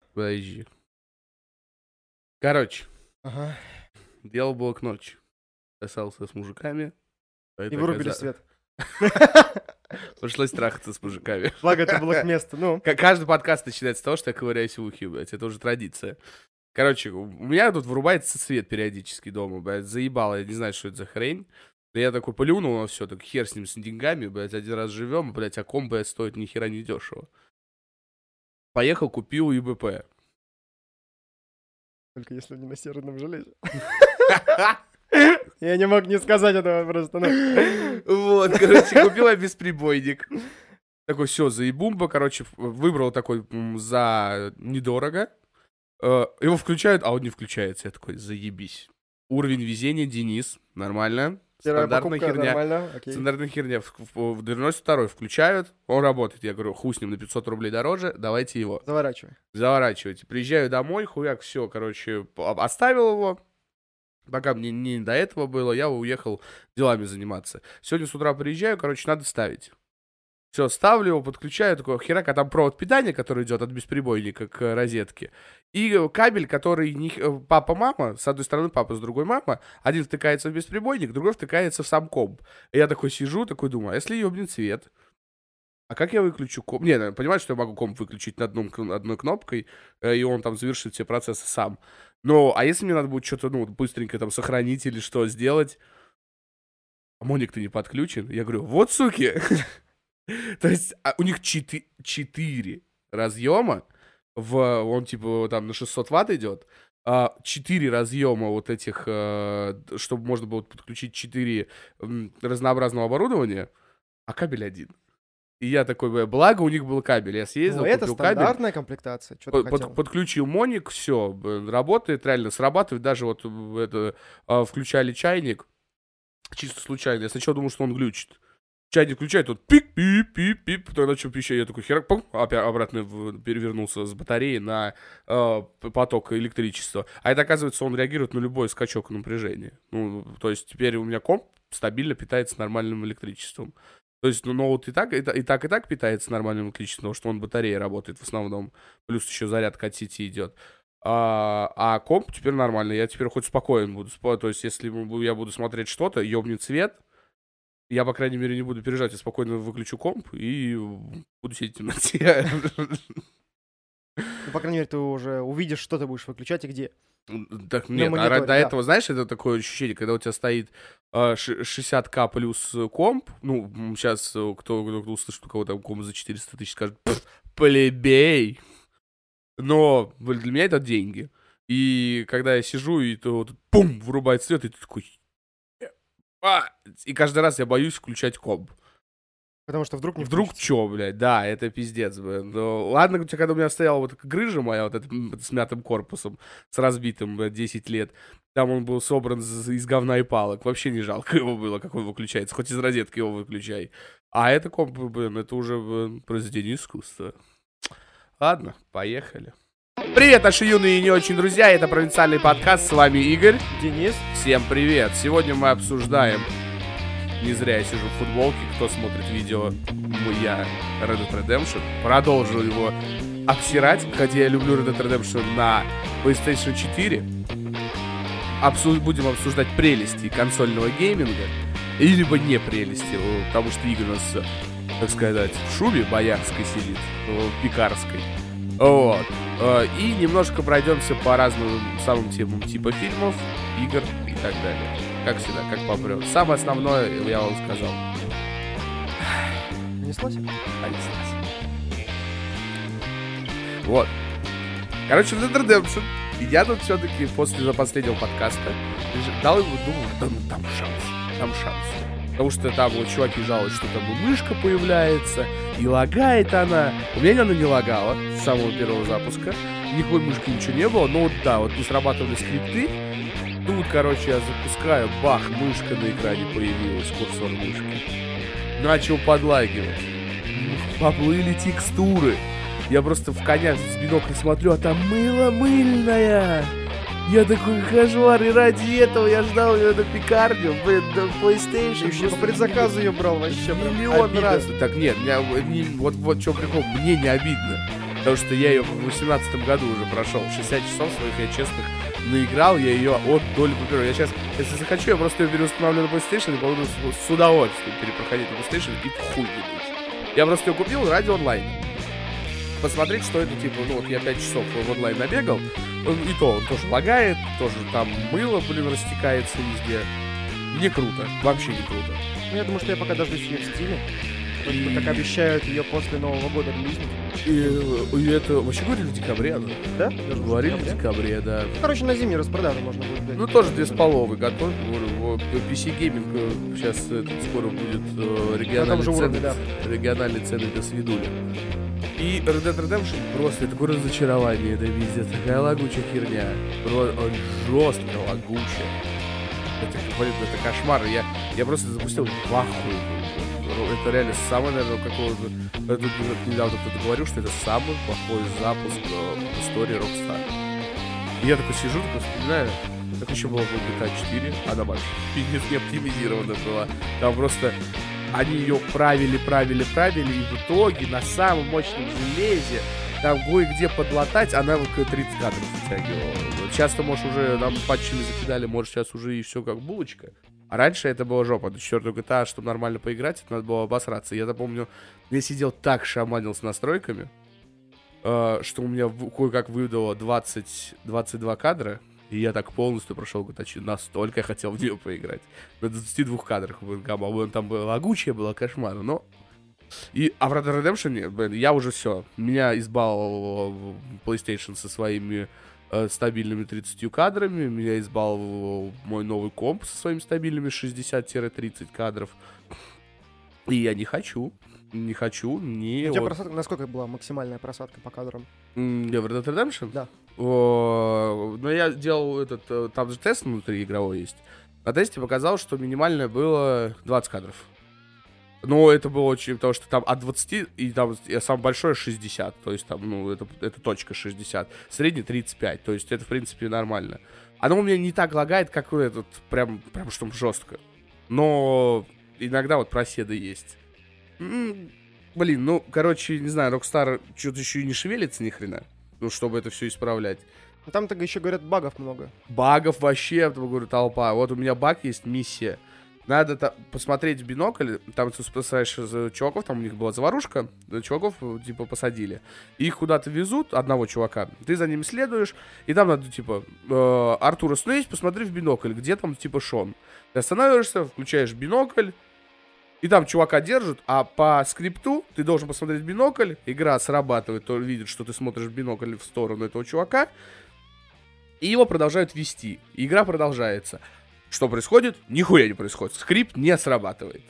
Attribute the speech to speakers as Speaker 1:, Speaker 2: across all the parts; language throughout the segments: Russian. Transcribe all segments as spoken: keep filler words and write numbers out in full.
Speaker 1: Подожди. Короче.
Speaker 2: Ага.
Speaker 1: Дело было к ночи. Касался с мужиками.
Speaker 2: И вырубили свет.
Speaker 1: Пришлось трахаться с мужиками.
Speaker 2: Благо, это было к месту, ну.
Speaker 1: Каждый подкаст начинается с того, что я ковыряюсь в ухе, блядь. Это уже традиция. Короче, у меня тут вырубается свет периодически дома, блядь. Заебало, я не знаю, что это за хрень. Я такой плюнул на все, так хер с ним, с деньгами, блядь. Один раз живем, блядь, а комп, блядь, стоит ни хера не дешево. Поехал, купил ЮБП.
Speaker 2: Только если не на серном железе. Я не мог не сказать этого просто.
Speaker 1: Вот, короче, купил я бесприбойник. Такой, все, заебумба, короче, выбрал такой за недорого. Его включают, а он не включается. Я такой, заебись. Уровень везения, Денис, нормально. Стандартная херня. Стандартная херня. В девяносто второй включают, он работает. Я говорю, хуй с ним на пятьсот рублей дороже, давайте его.
Speaker 2: Заворачивай.
Speaker 1: Заворачивайте. Приезжаю домой, хуяк, все, короче, оставил его. Пока мне не до этого было, я уехал делами заниматься. Сегодня с утра приезжаю, короче, надо ставить. Все, ставлю его, подключаю, такой херак, а там провод питания, который идет от бесперебойника к розетке. И кабель, который не... папа-мама, с одной стороны папа, с другой мама. Один втыкается в бесприбойник, другой втыкается в сам комп. И я такой сижу, такой думаю, а если ёбнет свет? А как я выключу комп? Не, понимаю, что я могу комп выключить на одном, одной кнопкой, и он там завершит все процессы сам. Но, а если мне надо будет что-то, ну, быстренько там сохранить или что сделать? А моник-то не подключен. Я говорю, вот суки! То есть у них четыре разъема, в, он типа там на шестьсот ватт идет, четыре разъема вот этих, чтобы можно было подключить четыре разнообразного оборудования, а кабель один. И я такой, благо у них был кабель, я съездил,
Speaker 2: ну,
Speaker 1: купил
Speaker 2: это стандартная
Speaker 1: кабель,
Speaker 2: комплектация, что
Speaker 1: под, под, подключил моник, все, работает, реально срабатывает, даже вот это, включали чайник, чисто случайно, я сначала думал, что он глючит. Чайник включает, тут пик-пип-пип-пип, потом начал пищать, я такой херак, пум, опять обратно в, перевернулся с батареи на э, поток электричества. А это, оказывается, он реагирует на любой скачок напряжения. Ну, то есть теперь у меня комп стабильно питается нормальным электричеством. То есть, ну, ноут и так, и, и так, и так питается нормальным электричеством, потому что он батареей работает в основном, плюс еще зарядка от сети идет. А, а комп теперь нормально, я теперь хоть спокоен буду. То есть, если я буду смотреть что-то, ёбнет свет, я, по крайней мере, не буду переживать, я спокойно выключу комп и буду сидеть в темноте.
Speaker 2: Ну, по крайней мере, ты уже увидишь, что ты будешь выключать и где.
Speaker 1: Так нет, мониторе, а до да. этого, знаешь, это такое ощущение, когда у тебя стоит э, шестьдесят ка плюс комп, ну, сейчас кто, кто, кто услышит, у кого там комп за четыреста тысяч, скажет, плебей. Но для меня это деньги. И когда я сижу, и то вот, пум, врубает свет, и ты такой... А! И каждый раз я боюсь включать комп.
Speaker 2: Потому что вдруг не
Speaker 1: Вдруг
Speaker 2: включится.
Speaker 1: чё, блядь, да, это пиздец, блядь. Но, ладно, когда у меня стояла вот грыжа моя, вот эта с мятым корпусом, с разбитым, блядь, десять лет, там он был собран из говна и палок. Вообще не жалко его было, как он выключается. Хоть из розетки его выключай. А это комп, блин, это уже, блин, произведение искусства. Ладно, поехали. Привет, наши юные и не очень друзья, это провинциальный подкаст, с вами Игорь.
Speaker 2: Денис.
Speaker 1: Всем привет. Сегодня мы обсуждаем, не зря я сижу в футболке, кто смотрит видео, я, Red Dead Redemption. Продолжу его обсирать, хотя я люблю Red Dead Redemption на PlayStation четыре. Обсуд... Будем обсуждать прелести консольного гейминга, либо не прелести, потому что Игорь у нас, так сказать, в шубе боярской сидит, пекарской. Вот. И немножко пройдемся по разным самым темам типа фильмов, игр и так далее. Как всегда, как попрет. Самое основное я вам сказал.
Speaker 2: Неслось?
Speaker 1: Понеслась. Вот. Короче, Red Dead Redemption. Я тут все-таки после последнего подкаста дал ему, думал, да ну там шанс, там шанс. Потому что там вот чуваки жалуются, что там и мышка появляется, и лагает она. У меня она не лагала с самого первого запуска. Никакой мышки ничего не было. Но вот да, вот не срабатывали скрипты. Тут, короче, я запускаю, бах, мышка на экране появилась, курсор мышки. Начал подлагивать. Поплыли текстуры. Я просто в коня с бинокля смотрю, а там мыло мыльное. Я такой кошмар, и ради этого я ждал ее на пекарню, блин, на PlayStation.
Speaker 2: Еще по предзаказу ее брал вообще.
Speaker 1: Миллион раз. Так нет, меня, не, вот, вот что прикол, мне не обидно. Потому что я ее в восемнадцатом году уже прошел. шестьдесят часов своих я честных наиграл, я ее от доли по Я сейчас, если захочу, я просто ее переустановлю на PlayStation и буду с, с удовольствием перепроходить на PlayStation и хуй не быть. Я просто ее купил ради онлайна. Посмотреть, что это, типа, ну вот я пять часов в онлайн набегал, он, и то, он тоже лагает, тоже там мыло, блин, растекается везде. Не круто, вообще не круто.
Speaker 2: Ну, я думаю, что я пока дождусь ее в стиле. Потому что, как обещают, ее после Нового года релизнуть.
Speaker 1: И, и это вообще говорили в декабре, да?
Speaker 2: Да?
Speaker 1: Говорили в декабре, да.
Speaker 2: Короче, на зимнюю распродажу можно будет взять.
Speaker 1: Ну, тоже две с половой готовь. Говорю, пи си Gaming сейчас это, скоро будет э, региональные цены,
Speaker 2: уровне, да.
Speaker 1: региональные цены до свидули. И Red Dead Redemption просто такое разочарование, это везде такая лагучая херня. Он жестко лагучая. Это, блин, это кошмар. Я, я просто запустил в ахуе. Это реально самое, наверное, какого-то... Недавно кто-то говорил, что это самый плохой запуск в истории Rockstar. И я такой сижу, такой вспоминаю, как еще было в джи ти эй четыре, она вообще не оптимизирована была. Там просто они ее правили, правили, правили, и в итоге на самом мощном железе там кое-где подлатать, она к тридцать кадров затягивала. Часто, может, уже нам патчами закидали, может, сейчас уже и все как булочка. А раньше это была жопа. До четвёртого джи ти эй, чтобы нормально поиграть, это надо было обосраться. Я запомню, я сидел так шаманил с настройками, э, что у меня в, кое-как выдало двадцать, двадцать два кадра, и я так полностью прошел джи ти эй четыре. Настолько я хотел в нее поиграть. На двадцати двух кадрах там была лагучая, была кошмар, но... И, а в Red Dead Redemption, блин, я уже все. Меня избаловал PlayStation со своими э, стабильными тридцатью кадрами. Меня избаловал мой новый комп со своими стабильными шестьдесят-тридцать кадров. И я не хочу. Не хочу. Не
Speaker 2: У тебя
Speaker 1: вот...
Speaker 2: просадка, насколько была максимальная просадка по кадрам?
Speaker 1: Я в Red Dead Redemption?
Speaker 2: Да.
Speaker 1: О, но я делал этот... Там же тест внутри игровой есть. На тесте показал, что минимальное было двадцать кадров. Но это было очень... Потому что там от двадцати, и там самое большое шестьдесят. То есть там, ну, это, это точка шестьдесят. Средний тридцать пять. То есть это, в принципе, нормально. Оно у меня не так лагает, как этот, прям, прям что жестко. Но иногда вот проседы есть. М-м, блин, ну, короче, не знаю, Rockstar что-то еще и не шевелится ни хрена. Ну, чтобы это все исправлять.
Speaker 2: Там-то еще, говорят, багов много.
Speaker 1: Багов вообще, я говорю, толпа. Вот у меня баг есть, миссия. Надо та- посмотреть в бинокль, там ты спасаешь чуваков, там у них была заварушка, чуваков типа посадили. Их куда-то везут, одного чувака, ты за ним следуешь, и там надо типа, э, Артур, остановись, посмотри в бинокль, где там типа Шон. Ты останавливаешься, включаешь бинокль, и там чувака держат, а по скрипту ты должен посмотреть в бинокль, игра срабатывает, то видит, что ты смотришь в бинокль в сторону этого чувака, и его продолжают вести, и игра продолжается. Что происходит? Нихуя не происходит. Скрипт не срабатывает.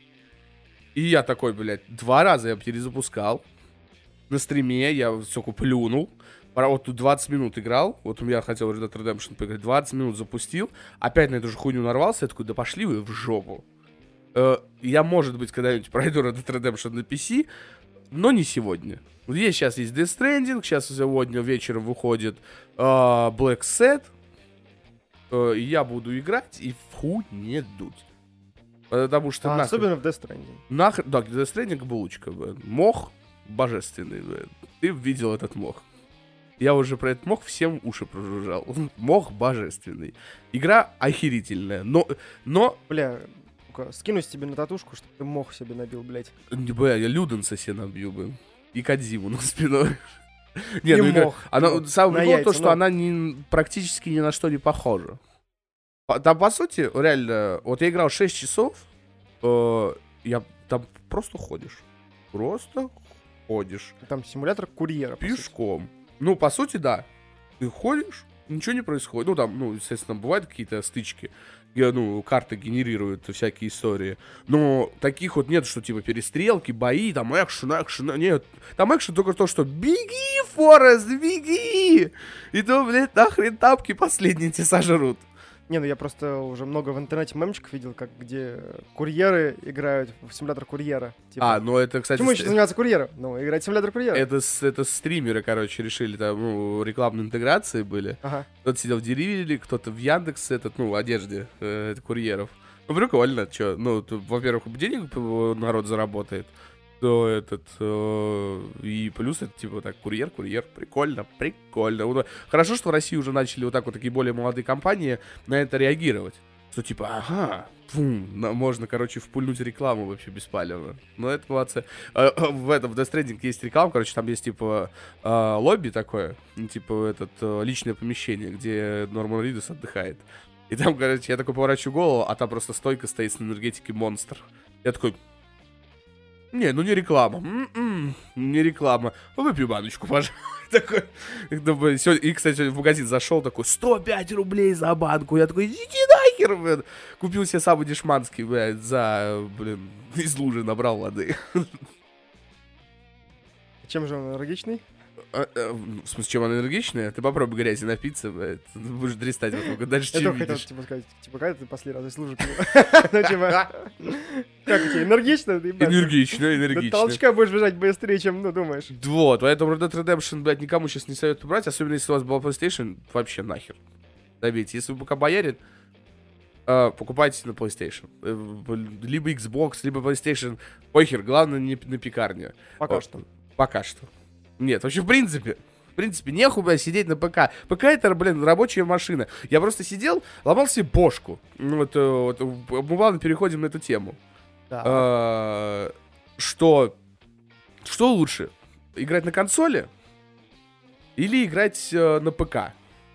Speaker 1: И я такой, блядь, два раза я перезапускал. На стриме я, сука, плюнул. Вот тут двадцать минут играл. Вот у меня хотел Red Dead Redemption поиграть. двадцать минут запустил. Опять на эту же хуйню нарвался. Я такой, да пошли вы в жопу. Э, я, может быть, когда-нибудь пройду Red Dead Redemption на пи си, но не сегодня. Вот здесь сейчас есть Death Stranding. Сейчас сегодня вечером выходит э, Black Set. И я буду играть и в хуй не дуть. Потому что
Speaker 2: а
Speaker 1: нахрен...
Speaker 2: особенно в Death Stranding.
Speaker 1: Нахрен... Да, Death Stranding булочка. Блин. Мох божественный. Блин. Ты видел этот мох. Я уже про этот мох всем уши прожужжал. Мох божественный. Игра охерительная. Но... но...
Speaker 2: Бля, скинусь тебе на татушку, чтобы ты мох себе набил, блядь.
Speaker 1: Бля, я Люденса себе набью, блин. И Кодзиму на спиной. Не,
Speaker 2: и
Speaker 1: ну игра,
Speaker 2: мох.
Speaker 1: она,
Speaker 2: Ну,
Speaker 1: самое прикол то, что
Speaker 2: но...
Speaker 1: она не, практически ни на что не похожа. Там, по сути, реально, вот я играл шесть часов, э, я там просто ходишь. Просто ходишь.
Speaker 2: Там симулятор курьера.
Speaker 1: Пешком. По ну, по сути, да. Ты ходишь, ничего не происходит. Ну, там, ну, естественно, бывают какие-то стычки. Где, ну, карты генерируют всякие истории. Но таких вот нет, что типа перестрелки, бои, там экшен, экшен. Нет. Там экшен только то, что беги, Форест, беги! И то, блядь, нахрен тапки последние тебе сожрут.
Speaker 2: Не, ну я просто уже много в интернете мемчиков видел, как где курьеры играют в симулятор курьера.
Speaker 1: Типа. А, ну это, кстати...
Speaker 2: Почему еще заниматься курьером? Ну, играть в симулятор курьера.
Speaker 1: Это, это стримеры, короче, решили, там, ну, рекламные интеграции были.
Speaker 2: Ага.
Speaker 1: Кто-то сидел в Delivery, кто-то в Яндекс, этот, ну, в одежде э, курьеров. Ну, прикольно, что, ну, тут, во-первых, денег народ заработает. то этот, э, и плюс это типа так, курьер, курьер, прикольно, прикольно. Вот, хорошо, что в России уже начали вот так вот такие более молодые компании на это реагировать. Что типа, ага, фу, можно, короче, впульнуть рекламу вообще беспалевно. Но это молодцы. А, в этом, в Death Stranding есть реклама, короче, там есть типа а, лобби такое, ну, типа этот, а, личное помещение, где Норман Ридус отдыхает. И там, короче, я такой поворачиваю голову, а там просто стойка стоит с энергетикой Монстр. Я такой... Не, ну не реклама. М-м, не реклама. Выпью баночку, пожалуйста. Такой, и, кстати, в магазин зашел, такой, сто пять рублей за банку. Я такой, иди нахер, блин. Купил себе самый дешманский, блядь, за, блин, из лужи набрал воды.
Speaker 2: Чем же он энергичный?
Speaker 1: А, а, в смысле, чем она энергичная? Ты попробуй грязи напиться, блядь. Будешь дристать вот дальше,
Speaker 2: чем видишь. Я только хотел, типа, сказать, типа, когда ты последний раз из лужи пил? Ну, типа, как у тебя, энергично?
Speaker 1: Энергично, энергично.
Speaker 2: До толчка будешь бежать быстрее, чем, ну, думаешь.
Speaker 1: Вот, поэтому Red Dead Redemption, блядь, никому сейчас не советую брать, особенно если у вас была PlayStation, вообще нахер. Добейте. Если вы пока боярин, покупайте на PlayStation. Либо Xbox, либо PlayStation. Похер, главное, не на пекарне.
Speaker 2: Пока что.
Speaker 1: Пока что. Нет, вообще, в принципе, в принципе, нехуй сидеть на ПК. ПК это, блин, рабочая машина. Я просто сидел, ломал себе бошку. Ну, вот, вот мы плавно переходим на эту тему.
Speaker 2: Да.
Speaker 1: А, что, что лучше? Играть на консоли или играть а, на ПК?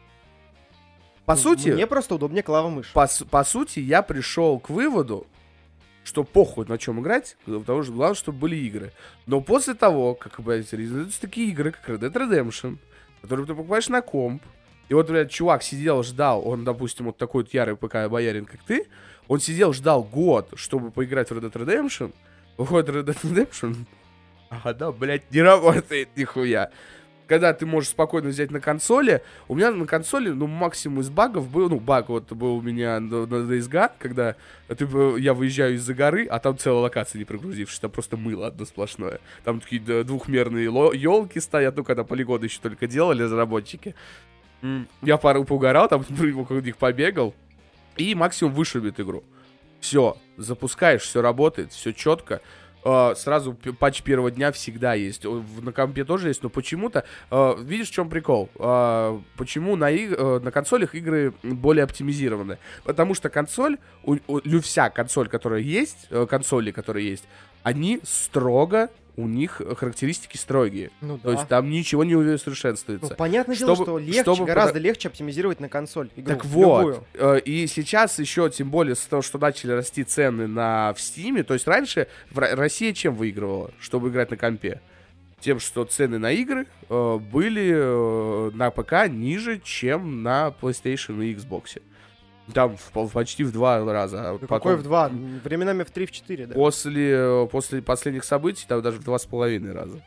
Speaker 1: По
Speaker 2: ну,
Speaker 1: сути...
Speaker 2: Мне просто удобнее клава-мышь.
Speaker 1: По, по сути, я пришел к выводу, что похуй на чем играть, потому что главное, чтобы были игры. Но после того, как, блядь, реализуются такие игры, как Red Dead Redemption, которые ты покупаешь на комп, и вот, блядь, чувак сидел, ждал, он, допустим, вот такой вот ярый ПК-боярин, как ты, он сидел, ждал год, чтобы поиграть в Red Dead Redemption, выходит Red Dead Redemption, а да, блядь, не работает нихуя. Когда ты можешь спокойно взять на консоли, у меня на консоли, ну, максимум из багов был, ну, баг вот был у меня на, на Days Gone, когда ты, я выезжаю из-за горы, а там целая локация не прогрузившись, там просто мыло одно сплошное. Там такие двухмерные елки стоят, ну, когда полигоны еще только делали разработчики. Mm. Я пару поугарал, там вокруг них побегал, и максимум вышибет игру. Все, запускаешь, все работает, все четко. Uh, сразу патч первого дня всегда есть. На компе тоже есть, но почему-то... Uh, видишь, в чем прикол? Uh, почему на, иг- uh, на консолях игры более оптимизированы? Потому что консоль, у, у, вся консоль, которая есть, uh, консоли, которые есть, они строго, у них характеристики строгие.
Speaker 2: Ну, да.
Speaker 1: То есть там ничего не усовершенствуется.
Speaker 2: Ну, понятное
Speaker 1: чтобы,
Speaker 2: дело, что легче,
Speaker 1: чтобы
Speaker 2: гораздо
Speaker 1: пода...
Speaker 2: легче оптимизировать на консоль игру.
Speaker 1: Так вот, э, и сейчас еще, тем более, с того, что начали расти цены на в Steam, то есть раньше в Р- Россия чем выигрывала, чтобы играть на компе? Тем, что цены на игры э, были э, на ПК ниже, чем на PlayStation и Xbox. Там в, почти в два раза.
Speaker 2: Да потом, какой в два? Временами в три, в четыре, да?
Speaker 1: После, после последних событий, там даже в два с половиной раза.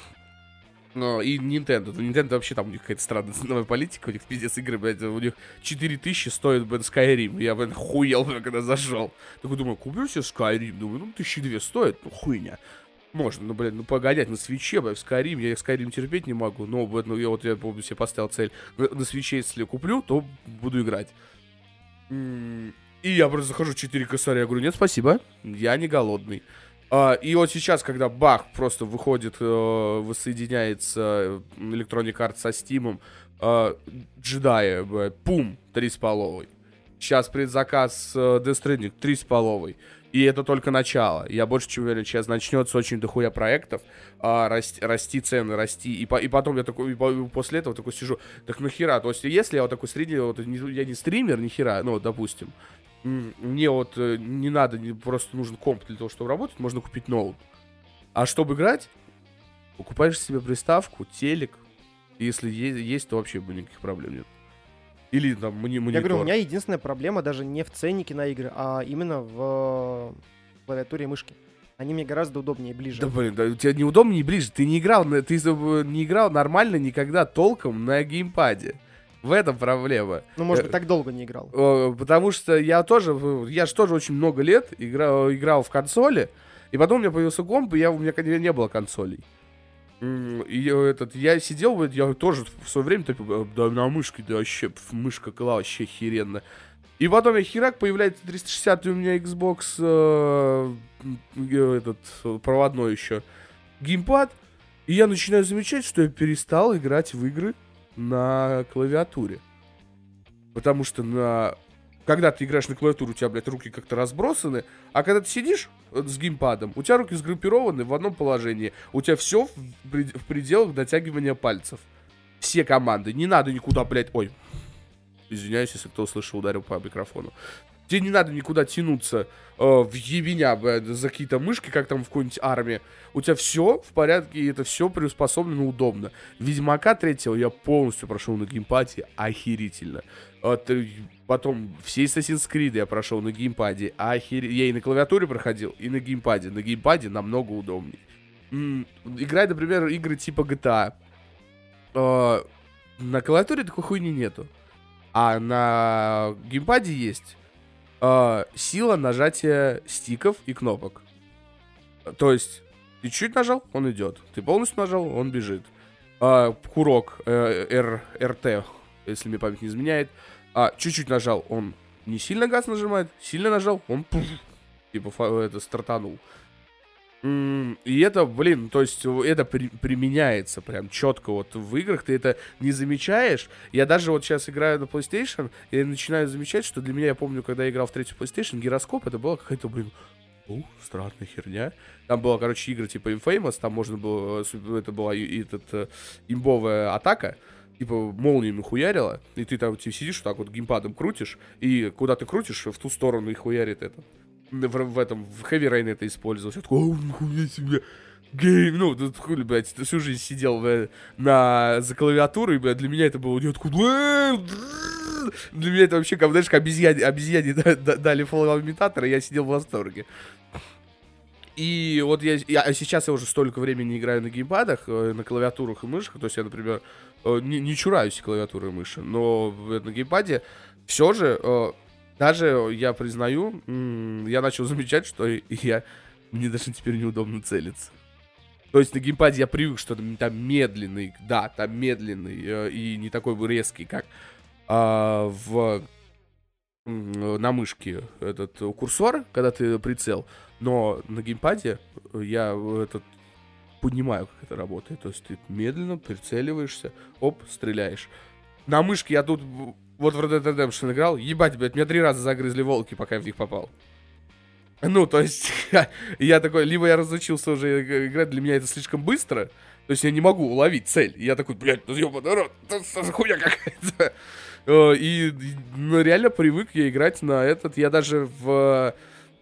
Speaker 1: Ну, и Nintendo. Nintendo вообще там у них какая-то странная ценовая политика, у них пиздец игры, блядь, у них четыре тысячи стоит, блядь, Skyrim. Я, блядь, хуел, когда зашел. Такой думаю, куплю себе Skyrim. Думаю, ну, тысячи две стоит, ну, хуйня. Можно, ну, блядь, ну, погонять на свитче, блядь, в Skyrim. Я Skyrim терпеть не могу, но, блядь, ну, я вот, я помню, себе поставил цель. На, на свитче, если куплю, то буду играть. И я просто захожу в четыре косаря, я говорю, нет, спасибо, я не голодный. А, и вот сейчас, когда бах, просто выходит, э, воссоединяется Electronic Arts со Steam, э, джедаи, э, пум, три с половой. Сейчас предзаказ э, Death Stranding, три с половой. И это только начало. Я больше чем уверен, сейчас начнется очень дохуя проектов, а, расти, расти цены, расти. И, по, и потом я такой, и по, после этого такой сижу, так нахера? То есть если я вот такой средний, вот, не, я не стример, нихера, ну, допустим, мне вот не надо, не, просто нужен комп для того, чтобы работать, можно купить ноут. А чтобы играть, покупаешь себе приставку, телек, и если есть, есть, то вообще никаких проблем нет. Или там монитор.
Speaker 2: Я говорю, у меня единственная проблема даже не в ценнике на игры, а именно в клавиатуре и мышке. Они мне гораздо удобнее и ближе.
Speaker 1: Да блин, да, у тебя неудобнее и ближе. Ты не играл, ты не играл нормально никогда толком на геймпаде. В этом проблема.
Speaker 2: Ну, может быть, так долго не играл.
Speaker 1: Потому что я тоже, я же тоже очень много лет играл, играл в консоли, и потом у меня появился комп, и я, у меня не было консолей. И этот, я сидел, я тоже в свое время топил, да, на мышке, да, вообще, мышка была вообще херенно. И потом я херак, появляется триста шестьдесят, и у меня Xbox э, этот проводной еще геймпад. И я начинаю замечать, что я перестал играть в игры на клавиатуре. Потому что на... когда ты играешь на клавиатуру, у тебя, блядь, руки как-то разбросаны. А когда ты сидишь с геймпадом, у тебя руки сгруппированы в одном положении. У тебя все в пределах дотягивания пальцев. Все команды. Не надо никуда, блядь... Ой. Извиняюсь, если кто услышал, ударил по микрофону. Тебе не надо никуда тянуться э, в ебеня, блядь, за какие-то мышки, как там в какой-нибудь армии. У тебя все в порядке, и это все приспособлено удобно. Ведьмака третьего я полностью прошел на геймпаде охерительно. От, потом все Assassin's Creed я прошел на геймпаде охерительно. Я и на клавиатуре проходил, и на геймпаде. На геймпаде намного удобнее. М-м, играть, например, игры типа джи ти эй. Э, на клавиатуре такой хуйни нету. А на геймпаде есть э, сила нажатия стиков и кнопок. То есть, ты чуть нажал, он идет. Ты полностью нажал, он бежит. Э, курок э, R, эр ти, если мне память не изменяет. А, чуть-чуть нажал, он не сильно газ нажимает. Сильно нажал, он пуф, типа это стартанул. И это, блин, то есть это при, применяется прям четко вот в играх, ты это не замечаешь. Я даже вот сейчас играю на PlayStation, и я начинаю замечать, что для меня, я помню, когда я играл в третью PlayStation, гироскоп, это была какая-то, блин, ух, странная херня. Там была, короче, игры типа Infamous, там можно было, это была и, этот, имбовая атака, типа молниями хуярила, и ты там ты сидишь, так вот геймпадом крутишь, и куда ты крутишь, в ту сторону и хуярит это. В, в этом, в Heavy Rain это использовалось. Я такой, о, нихуя себе, гейм. Ну, тут хули, блядь, всю жизнь сидел, блядь, на, за клавиатурой, блядь, для меня это было, не откуда. Для меня это вообще, как, знаешь, как обезьяне, обезьяне дали фалоимитатор, и я сидел в восторге. И вот я, я, а сейчас я уже столько времени играю на геймпадах, на клавиатурах и мышах, то есть я, например, не, не чураюсь клавиатуры и мыши, но на геймпаде все же... Даже, я признаю, я начал замечать, что я, мне даже теперь неудобно целиться. То есть на геймпаде я привык, что там медленный, да, там медленный и не такой резкий, как а, в, на мышке этот курсор, когда ты прицел. Но на геймпаде я этот, понимаю, как это работает. То есть ты медленно прицеливаешься, оп, стреляешь. На мышке я тут... Вот в Red Dead Redemption играл, ебать, блядь, меня три раза загрызли волки, пока я в них попал. Ну, то есть, я, я такой, либо я разучился уже играть, для меня это слишком быстро, то есть я не могу уловить цель. И я такой, блядь, ну ёбаный рот, это хуйня какая-то. И ну, реально привык я играть на этот, я даже в...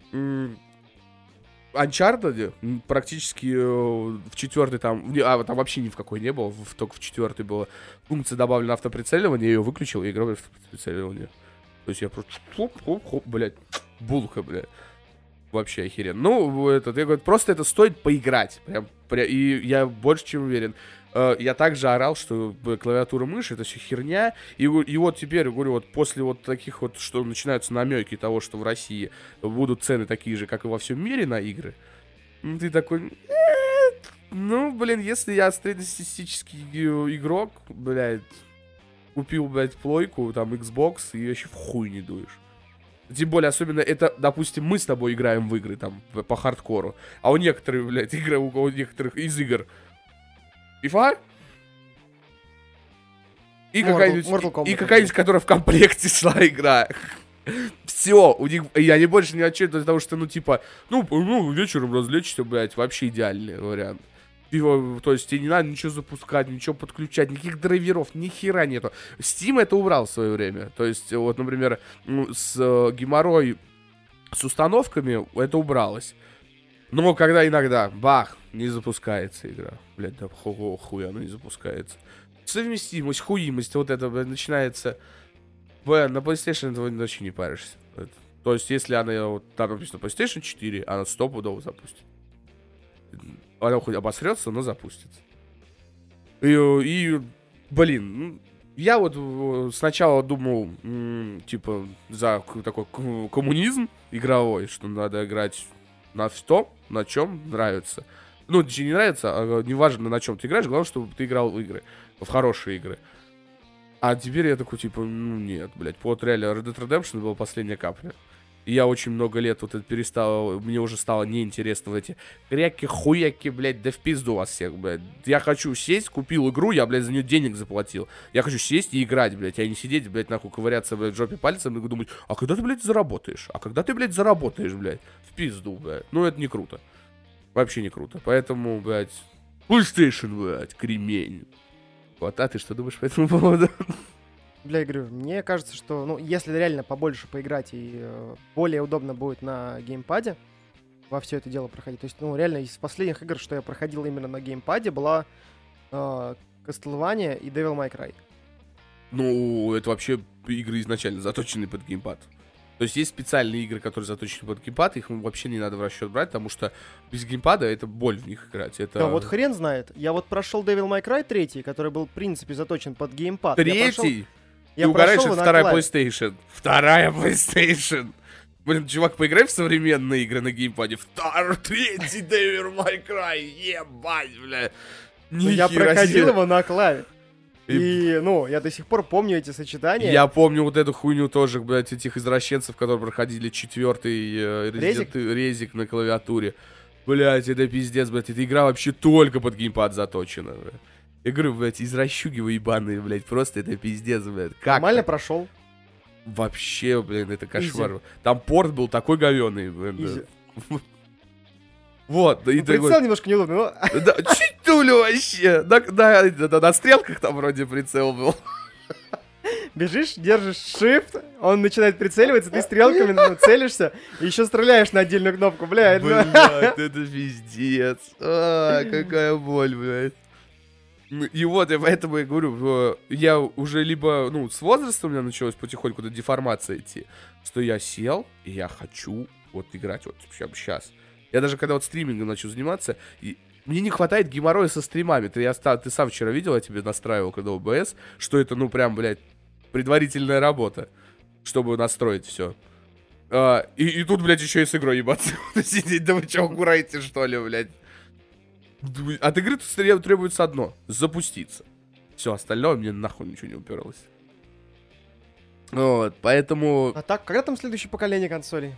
Speaker 1: Uncharted практически в четвертой там, а там вообще ни в какой не было, в, только в четвертой была функция добавлена автоприцеливания, я ее выключил и играл в автоприцеливание. То есть я просто хоп-хоп-хоп, блядь, булка, блядь. Вообще охеренно. Ну, этот, я говорю, просто это стоит поиграть. Прям, прям, и я больше чем уверен. Я также орал, что клавиатура мыши это все херня. И, и вот теперь, говорю, вот после вот таких вот, что начинаются намеки того, что в России будут цены такие же, как и во всем мире на игры, ты такой, ну, блин, если я среднестатистический игрок, блядь, купил, блядь, плойку, там, Xbox, и вообще в хуй не дуешь. Тем более, особенно это, допустим, мы с тобой играем в игры, там, по хардкору, а у некоторых, блядь, игры, у некоторых из игр FIFA и какая-нибудь, и какая-нибудь, которая в комплекте шла игра. Все, у них, и они больше не отчитывают, потому что, ну, типа, ну, ну, вечером развлечься, блядь, вообще идеальный вариант. И, то есть тебе не надо ничего запускать, ничего подключать, никаких драйверов, ни хера нету. Steam это убрал в свое время. То есть, вот, например, с э, геморрой с установками это убралось. Но когда иногда, бах, не запускается игра. Блядь, да ху хуй она не запускается. Совместимость, хуимость, вот это, блядь, начинается. Блядь, на PlayStation этого вообще не паришься. Это, то есть, если она, вот, там написано PlayStation четыре, она стопудово запустит. Она хоть обосрется, но запустится. И, и блин, я вот сначала думал, м, типа, за такой коммунизм игровой, что надо играть на что, на чем нравится. Ну, не нравится, а неважно, на чем ты играешь, главное, чтобы ты играл в игры, в хорошие игры. А теперь я такой, типа, ну нет, блядь. Вот реально, Red Dead Redemption была последняя капля. И я очень много лет вот это перестал, мне уже стало неинтересно вот эти кряки-хуяки, блядь, да в пизду вас всех, блядь. Я хочу сесть, купил игру, я, блядь, за нее денег заплатил. Я хочу сесть и играть, блядь, а не сидеть, блядь, нахуй ковыряться, блядь, в жопе пальцем и думать, а когда ты, блядь, заработаешь? А когда ты, блядь, заработаешь, блядь? В пизду, блядь. Ну, это не круто. Вообще не круто. Поэтому, блядь, PlayStation, блядь, кремень. Вот, а ты что думаешь по этому поводу?
Speaker 2: Бля, я говорю, мне кажется, что, ну, если реально побольше поиграть и э, более удобно будет на геймпаде во все это дело проходить. То есть, ну, реально, из последних игр, что я проходил именно на геймпаде, была э, Castlevania и Devil May Cry.
Speaker 1: Ну, это вообще игры изначально заточены под геймпад. То есть есть специальные игры, которые заточены под геймпад, их вообще не надо в расчет брать, потому что без геймпада это боль в них играть. Это...
Speaker 2: Да вот хрен знает. Я вот прошел Devil May Cry третий, который был, в принципе, заточен под геймпад.
Speaker 1: Третий?
Speaker 2: Я
Speaker 1: Ты угораешь,
Speaker 2: прошел
Speaker 1: это
Speaker 2: его на
Speaker 1: вторая
Speaker 2: клаве.
Speaker 1: PlayStation. Вторая PlayStation. Блин, чувак, поиграй в современные игры на геймпаде. Второй, третий Devil May Cry. Ебать, бля.
Speaker 2: Я
Speaker 1: Нихера
Speaker 2: проходил
Speaker 1: себе.
Speaker 2: его на клаве.
Speaker 1: И-
Speaker 2: И, ну, я до сих пор помню эти сочетания.
Speaker 1: Я помню вот эту хуйню тоже, блядь, этих извращенцев, которые проходили четвертый э,
Speaker 2: Резик?
Speaker 1: Resident- резик на клавиатуре. Блядь, это пиздец, блядь, эта игра вообще только под геймпад заточена, блядь. Я говорю, блядь, извращуги вы ебаные, блядь, просто это пиздец, блядь. Как
Speaker 2: Нормально
Speaker 1: так?
Speaker 2: прошел.
Speaker 1: Вообще, блин, это кошмар. Там порт был такой говёный, блин. да.
Speaker 2: Изи.
Speaker 1: Вот, да, и
Speaker 2: Ну,
Speaker 1: такой...
Speaker 2: прицел немножко неудобный, но...
Speaker 1: Да, читулю вообще. На, на- на- на стрелках там вроде прицел был.
Speaker 2: Бежишь, держишь shift, он начинает прицеливаться, ты стрелками ну, целишься и еще стреляешь на отдельную кнопку, бля. это-
Speaker 1: Блядь, это пиздец. А, какая боль, блядь. Ну, и вот, я поэтому я говорю, э, я уже либо, ну, с возрастом у меня началась потихоньку эта деформация идти, что я сел, и я хочу вот играть вот прямо сейчас. Я даже когда вот стримингом начал заниматься, и мне не хватает геморроя со стримами. Ты, я, ста- ты сам вчера видел, я тебе настраивал, когда о бэ эс, что это, ну, прям, блядь, предварительная работа, чтобы настроить все. А, и, и тут, блядь, еще и с игрой ебаться сидеть. Да вы че, угораете, что ли, блядь? От игры тут требуется одно — запуститься. Все, остальное мне нахуй ничего не уперлось. Вот, поэтому...
Speaker 2: А так, когда там следующее поколение консолей?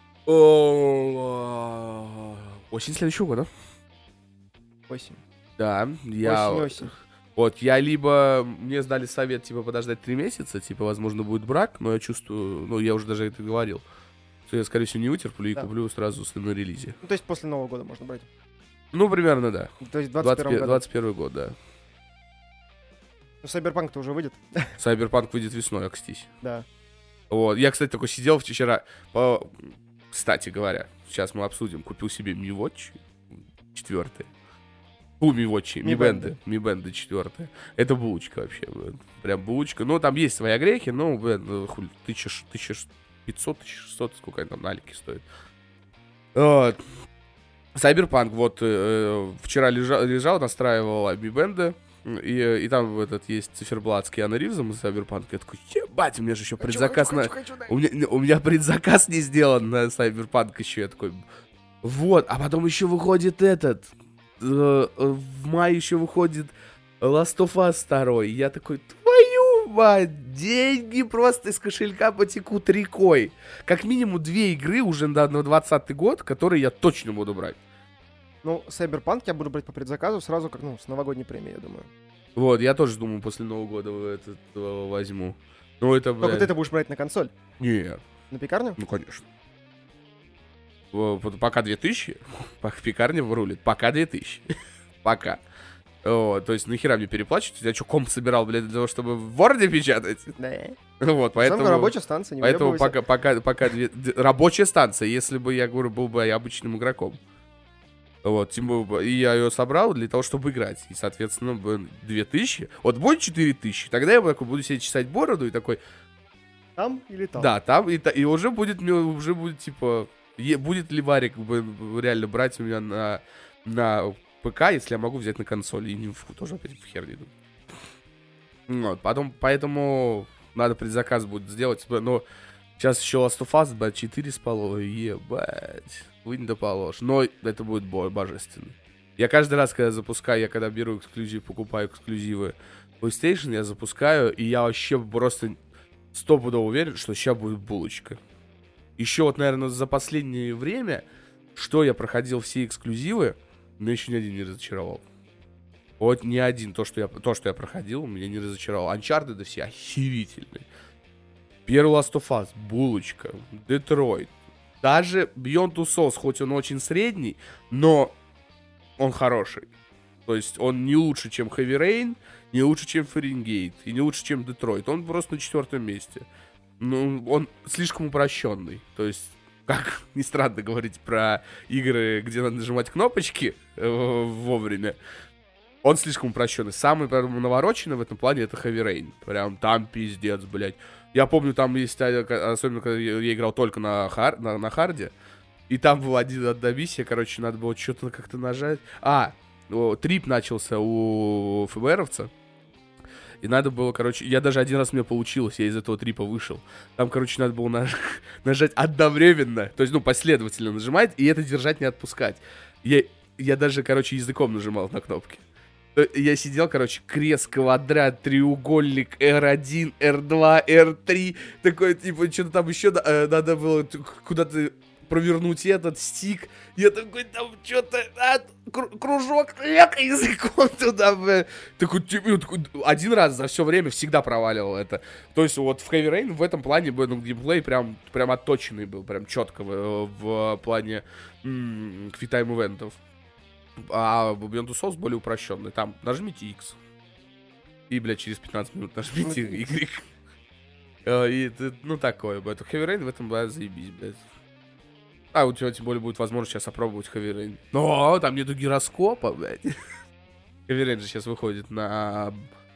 Speaker 1: О, Осень следующего года.
Speaker 2: Осень.
Speaker 1: Да, я...
Speaker 2: Осень-осень.
Speaker 1: Вот, я либо... Мне сдали совет, типа, подождать три месяца, типа, возможно, будет брак, но я чувствую... Ну, я уже даже это говорил. Что я, скорее всего, не вытерплю и
Speaker 2: Да.
Speaker 1: куплю сразу на релизе.
Speaker 2: Ну, то есть после Нового года можно брать.
Speaker 1: Ну, примерно, да.
Speaker 2: То есть в двадцать первом году.
Speaker 1: двадцать первый год, да.
Speaker 2: Ну, Cyberpunk-то уже выйдет.
Speaker 1: Cyberpunk выйдет весной, окстись.
Speaker 2: Да.
Speaker 1: Вот, я, кстати, такой сидел вчера, по... кстати говоря, сейчас мы обсудим, купил себе Mi Watch четвертый. Фу, Mi Watch, Mi Band, Mi Band четвертый. Это булочка вообще, блин. Прям булочка. Ну, там есть свои огрехи, но, блин, ну, хуй, тысяча пятьсот, тысяча шестьсот, сколько они там на Алике стоят. Вот. Cyberpunk, вот, э, вчера лежал, лежал, настраивал Mi Band, и, и там этот есть циферблат с Киану Ривзом из Cyberpunk. Я такой, ебать, у меня же еще предзаказ на... У меня, у меня предзаказ не сделан на Cyberpunk еще. Я такой, вот. А потом еще выходит этот. Э, э, в мае еще выходит Last of Us два. Я такой, твою мать, деньги просто из кошелька потекут рекой. Как минимум две игры уже на двадцатый год, которые я точно буду брать.
Speaker 2: Ну, Cyberpunk я буду брать по предзаказу сразу, как, ну, с новогодней премией, я думаю.
Speaker 1: Вот, я тоже думаю, после Нового года этот э, возьму. Ну, это,
Speaker 2: Только
Speaker 1: блядь...
Speaker 2: ты это будешь брать на консоль?
Speaker 1: Нет,
Speaker 2: На пекарню?
Speaker 1: ну, конечно. Э, Пока две тысячи, пока пекарня рулит, пока две тысячи. Пока. Вот, то есть нахера мне переплачивать? Я что, комп собирал, блядь, для того, чтобы в Word печатать?
Speaker 2: Да.
Speaker 1: Вот, поэтому...
Speaker 2: Поэтому... рабочая станция, не
Speaker 1: Поэтому
Speaker 2: выебывайся.
Speaker 1: пока, пока, пока две... д- рабочая станция, если бы, я говорю, был бы я обычным игроком. Вот, тем более, и я ее собрал для того, чтобы играть. И, соответственно, блин, две тысячи. Вот будет четыре тысячи, тогда я такой буду себе чесать бороду и такой,
Speaker 2: Там или там?
Speaker 1: да, там, и, та- и уже будет, мне уже будет, типа, е- будет ли варик бы реально брать у меня на, на ПК, если я могу взять на консоль. И не фу, тоже опять в хер не иду. Вот, потом, поэтому надо предзаказ будет сделать, но сейчас еще Last of Us, блядь, четыре с половой, ебать, вы не доположь. Но это будет бо- божественно. Я каждый раз, когда запускаю, я когда беру эксклюзив, покупаю эксклюзивы PlayStation я запускаю, и я вообще просто стопудово уверен, что сейчас будет булочка. Еще вот, наверное, за последнее время, что я проходил все эксклюзивы, но еще ни один не разочаровал. Вот ни один, то, что я, то, что я проходил, меня не разочаровал. Uncharted, да все охерительные. Первый Last of Us, булочка. Детройт. Даже Beyond Two Souls, хоть он очень средний, но он хороший. То есть он не лучше, чем Heavy Rain, не лучше, чем Фаренгейт, и не лучше, чем Детройт. Он просто на четвертом месте. Ну, он слишком упрощенный. То есть, как ни странно говорить про игры, где надо нажимать кнопочки э, вовремя, он слишком упрощенный. Самый, прям, навороченный в этом плане — это Heavy Rain. Прям там пиздец, блядь. Я помню, там есть, особенно когда я играл только на, хар, на, на харде, и там был один одна миссия, короче, надо было что-то как-то нажать. А, о, трип начался у ФБРовца. И надо было, короче, я даже один раз, мне получилось, я из этого трипа вышел. Там, короче, надо было наж... нажать одновременно, то есть, ну, последовательно нажимать, и это держать, не отпускать. Я, я даже, короче, языком нажимал на кнопки. Я сидел, короче, крест, квадрат, треугольник, эр один, эр два, эр три. Такое, типа, что-то там еще э, надо было куда-то провернуть этот стик. Я такой, там что-то, а, кружок, эх, языком туда, бля. Такой, типа, такой, один раз за все время всегда проваливал это. То есть вот в Heavy Rain в этом плане был, ну, геймплей прям, прям отточенный был, прям четко в, в плане м- квитайм-ивентов. А Beyond Two Souls более упрощенный. Там нажмите X. И, блядь, через пятнадцать минут нажмите Y. И, ну, такое, блядь. Heavy Rain в этом, блядь, заебись, блядь. А у тебя, тем более, будет возможность сейчас опробовать Heavy Rain. Но там нету гироскопа, блядь. Heavy Rain же сейчас выходит на...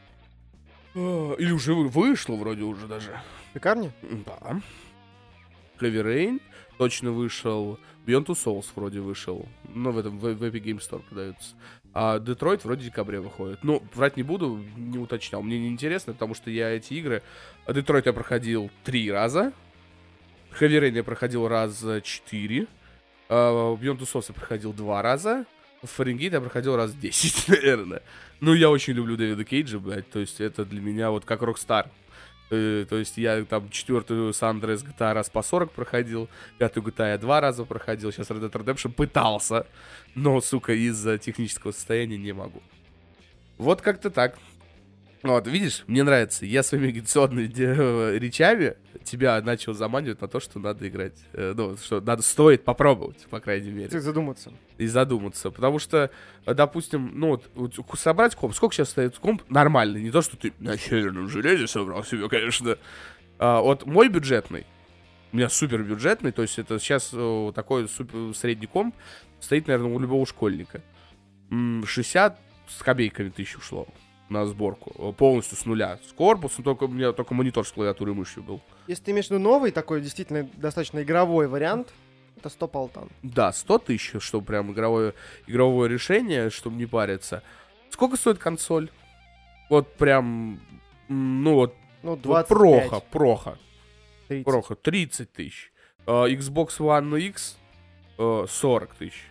Speaker 1: Или уже вышло вроде уже даже.
Speaker 2: Пекарня?
Speaker 1: Да. Heavy Rain точно вышел. Beyond Two Souls вроде вышел. Ну, в этом, в, в Epic Game Store продается. А Детройт вроде в декабре выходит. Ну, врать не буду, не уточнял. Мне не интересно, потому что я эти игры... Детройт я проходил три раза. Heavy Rain я проходил раз четыре. Uh, Beyond Two Souls я проходил два раза. Фаренгейт я проходил раз десять, наверное. Ну, я очень люблю Дэвида Кейджа, блядь. То есть это для меня вот как Rockstar. Uh, то есть я там четвертую San Andreas джи ти эй раз по сорок проходил. Пятую джи ти эй я два раза проходил. Сейчас Red Dead Redemption пытался. Но, сука, из-за технического состояния не могу. Вот как-то так. Вот, видишь, мне нравится. Я своими агитационными речами тебя начал заманивать на то, что надо играть. Э, ну, что надо, стоит попробовать, по крайней мере.
Speaker 2: Ты задуматься.
Speaker 1: И задуматься. Потому что, допустим, ну, вот, собрать комп. Сколько сейчас стоит комп? Нормально. Не то, что ты на северном железе собрал себе, конечно. А, вот мой бюджетный, у меня супер бюджетный, то есть это сейчас о, такой супер средний комп, стоит, наверное, у любого школьника. шестьдесят с копейками тысяч ушло на сборку, полностью с нуля. С корпусом, только у меня только монитор с клавиатурой и мышью был.
Speaker 2: Если ты имеешь в виду новый, такой действительно достаточно игровой вариант, это сто полтан.
Speaker 1: Да, сто тысяч, чтобы прям игровое, игровое решение, чтобы не париться. Сколько стоит консоль? Вот прям, ну вот,
Speaker 2: ну,
Speaker 1: вот проха, проха.
Speaker 2: тридцать.
Speaker 1: Проха, тридцать тысяч. Uh, Xbox One X uh, сорок тысяч.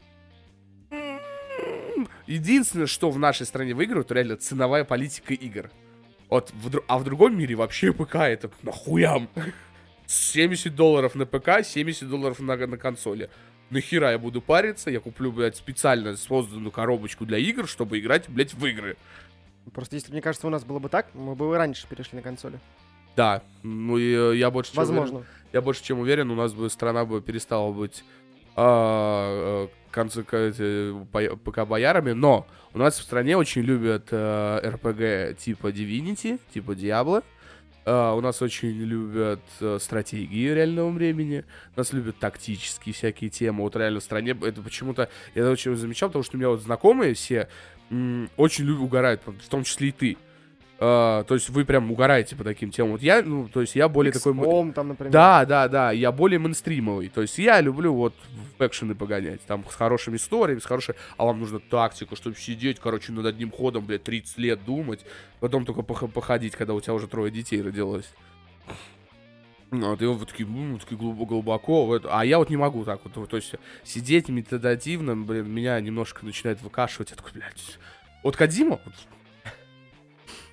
Speaker 1: Единственное, что в нашей стране выигрывает, реально ценовая политика игр. Вот в, а в другом мире вообще ПК это нахуям. семьдесят долларов на ПК, семьдесят долларов на, на консоли. Нахера я буду париться? Я куплю, блядь, специально созданную коробочку для игр, чтобы играть, блядь, в игры.
Speaker 2: Просто если, мне кажется, у нас было бы так, мы бы раньше перешли на консоли.
Speaker 1: Да, ну и я больше чем
Speaker 2: Возможно.
Speaker 1: уверен, я больше чем уверен, у нас бы страна бы перестала быть а, конце, ПК-боярами, но у нас в стране очень любят а, эр пи джи типа Divinity, типа Diablo. А, у нас очень любят а, стратегии реального времени, нас любят тактические всякие темы. Вот реально в стране это почему-то, я это очень замечал, потому что у меня вот знакомые все м- очень любят, угорают, в том числе и ты. Uh, то есть вы прям угораете по таким темам. Вот я, ну, то есть я более
Speaker 2: икс ком,
Speaker 1: такой...
Speaker 2: там, например.
Speaker 1: Да, да, да, я более мейнстримовый. То есть я люблю вот в экшены погонять. Там с хорошими историями, с хорошей... А вам нужна тактика, чтобы сидеть, короче, над одним ходом, блядь, тридцать лет думать. Потом только пох- походить, когда у тебя уже трое детей родилось. Вот, и вот такие, ну, такие глубоко, глубоко в это. А я вот не могу так вот. То есть сидеть медитативно, блин, меня немножко начинает выкашивать. Я такой, блядь... Вот Кодзима...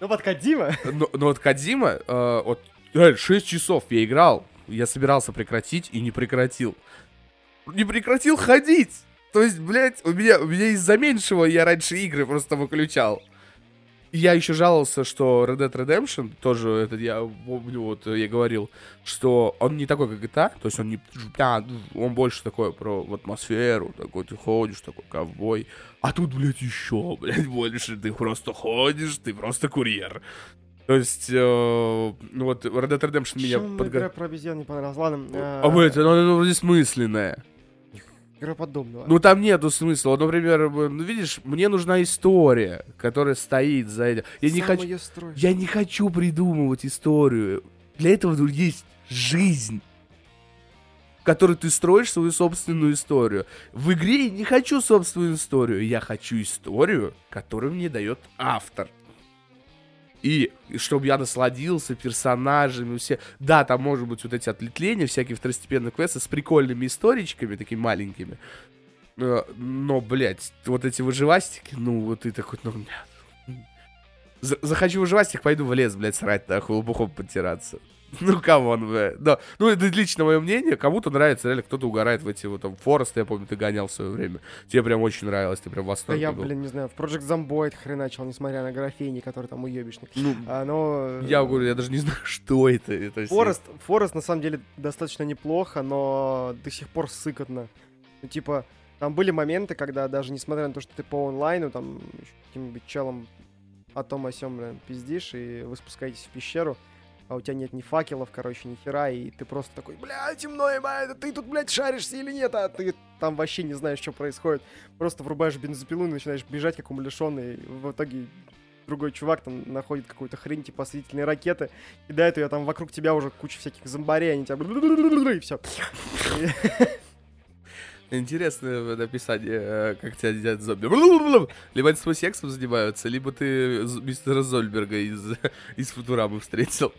Speaker 2: Ну вот Кодзима.
Speaker 1: Но, но вот Кодзима, э, вот реально шесть часов я играл, я собирался прекратить и не прекратил. Не прекратил ходить. То есть, блядь, у меня, у меня из-за меньшего я раньше игры просто выключал. И я еще жаловался, что Red Dead Redemption, тоже это я помню, вот я говорил, что он не такой, как джи ти эй, то есть он не... Он больше такой про атмосферу, такой ты ходишь, такой ковбой. А тут, блядь, еще, блядь, больше. Ты просто ходишь, ты просто курьер. То есть, э, ну вот Red Dead Redemption меня
Speaker 2: подго...
Speaker 1: подго...
Speaker 2: игра про обезьян не понравилась. Ладно.
Speaker 1: А, блядь, она, она вроде смысленная.
Speaker 2: Игра подобного.
Speaker 1: Ну там нету смысла. Вот, например, ну видишь, мне нужна история, которая стоит за этим. Я не хочу, я не хочу придумывать историю. Для этого есть жизнь, в которой ты строишь свою собственную историю. В игре я не хочу собственную историю, я хочу историю, которую мне дает автор. И, и чтобы я насладился персонажами, все. Да, там может быть вот эти отлетления, всякие второстепенные квесты с прикольными историчками, такими маленькими. Но, но блядь, вот эти выживастики, ну, вот ты такой, ну, За- захочу выживастик, пойду в лес, блядь, срать, нахуй, лопухом подтираться. Ну, камон, блядь. Да. Ну, это лично мое мнение. Кому-то нравится, реально, кто-то угорает в эти вот там Форесты, я помню, ты гонял в свое время. Тебе прям очень нравилось, ты прям в
Speaker 2: Да
Speaker 1: восторге
Speaker 2: я,
Speaker 1: был.
Speaker 2: блин, не знаю, в Project Zomboid хреначил, несмотря на графини, который там уебищный.
Speaker 1: Ну,
Speaker 2: А, но...
Speaker 1: я говорю, я даже не знаю, что это. это
Speaker 2: Форест, Форест, на самом деле, достаточно неплохо, но до сих пор сыкотно. Ну, типа, там были моменты, когда даже несмотря на то, что ты по онлайну, там, еще каким-нибудь челом о том о сём, блин, пиздишь, и вы спускаетесь в пещеру, а у тебя нет ни факелов, короче, ни хера, и ты просто такой, бля, темно, ебать, ты тут, блядь, шаришься или нет, а ты там вообще не знаешь, что происходит. Просто врубаешь бензопилу и начинаешь бежать, как умалишенный, и в итоге другой чувак там находит какую-то хрень, типа осветительные ракеты, кидает ее, там вокруг тебя уже куча всяких зомбарей, они тебя... и все.
Speaker 1: Интересное написание, как тебя едят зомби. Либо они свой сексом занимаются, либо ты мистера Зольберга из, из Футурамы встретил.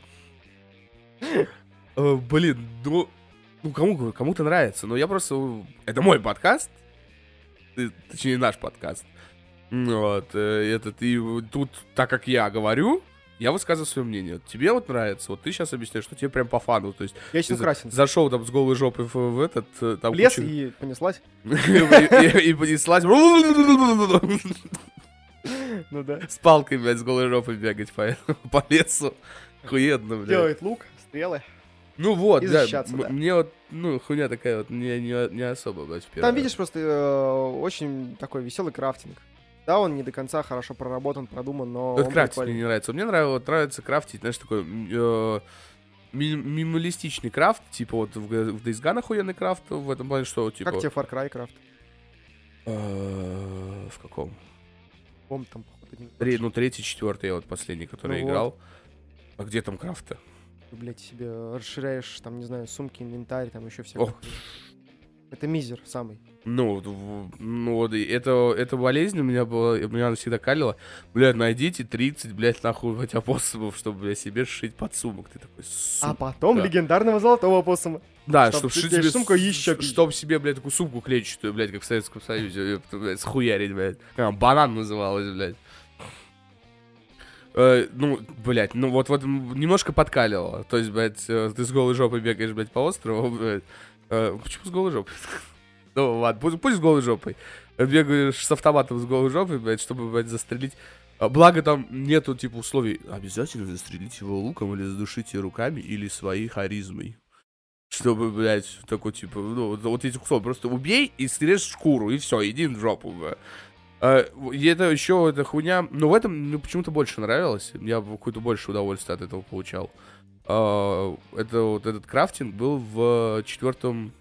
Speaker 1: Э, Блин, ну, ну кому, кому-то нравится, но я просто... Это мой подкаст, э, точнее наш подкаст. Вот, э, этот, и тут, так как я говорю, я высказываю свое мнение. Тебе вот нравится, вот ты сейчас объясняешь, что тебе прям по фану, то есть...
Speaker 2: Я сейчас
Speaker 1: ты
Speaker 2: красен.
Speaker 1: Зашел там с голой жопой в, в этот... э, Там
Speaker 2: В лес
Speaker 1: куча-
Speaker 2: и понеслась.
Speaker 1: И и понеслась...
Speaker 2: Ну да.
Speaker 1: С палкой, блядь, с голой жопой бегать по по лесу. Охуенно, блядь.
Speaker 2: Делает лук, стрелы.
Speaker 1: Ну вот,
Speaker 2: И
Speaker 1: да,
Speaker 2: защищаться,
Speaker 1: м-
Speaker 2: да.
Speaker 1: мне вот, ну, хуйня такая вот, не, не, не особо, блядь, в первый
Speaker 2: Там,
Speaker 1: раз.
Speaker 2: видишь, просто э, очень такой веселый крафтинг. Да, он не до конца хорошо проработан, продуман, но
Speaker 1: Вот
Speaker 2: он
Speaker 1: крафтить мне
Speaker 2: прикольный.
Speaker 1: не нравится. Мне нравится, вот нравится крафтить, знаешь, такой э, ми- минималистичный крафт, типа вот в, Г- в Days Gone охуенный крафт, в этом плане, что, типа...
Speaker 2: Как тебе Far Cry крафт?
Speaker 1: э, в каком?
Speaker 2: Помню, там, походу, один
Speaker 1: Тре- ну, третий, четвертый, я вот последний, который
Speaker 2: Ну
Speaker 1: играл. А где там крафт-то?
Speaker 2: ты, блядь, себе расширяешь, там, не знаю, сумки, инвентарь, там еще все.
Speaker 1: Ох.
Speaker 2: Это мизер самый.
Speaker 1: Ну, в- ну вот, и это, эта болезнь у меня была, меня она всегда калила. Блядь, найдите тридцать, блядь, нахуй хотя способов, чтобы, блядь, себе сшить подсумок. Ты такой,
Speaker 2: А
Speaker 1: сука.
Speaker 2: потом легендарного золотого опоссума.
Speaker 1: Да,
Speaker 2: чтоб
Speaker 1: чтобы
Speaker 2: ты
Speaker 1: сшить
Speaker 2: себе
Speaker 1: себе,
Speaker 2: сумку еще
Speaker 1: с-
Speaker 2: пить.
Speaker 1: чтоб себе, блядь, такую сумку клетчатую, блядь, как в Советском Союзе, ёпта, блядь, схуярить, блядь. Как она, банан называлась, блядь. Э, ну, блядь, ну вот, вот м, немножко подкалило. То есть, блядь, э, ты с голой жопой бегаешь, блядь, по острову, блядь. Э, почему с голой жопой? Ну, ладно, пусть, пусть с голой жопой. Бегаешь с автоматом с голой жопой, блядь, чтобы, блядь, застрелить. А, благо там нету, типа, условий. Обязательно застрелить его луком или задушить его руками или своей харизмой. Чтобы, блядь, такой, типа, ну, вот, вот этих условий. Просто убей и срежь шкуру, и все, иди в жопу, блядь. А, и это еще эта хуйня. Но в этом мне почему-то больше нравилось. Я какое-то больше удовольствия от этого получал. А, это вот этот крафтинг был в четвертом.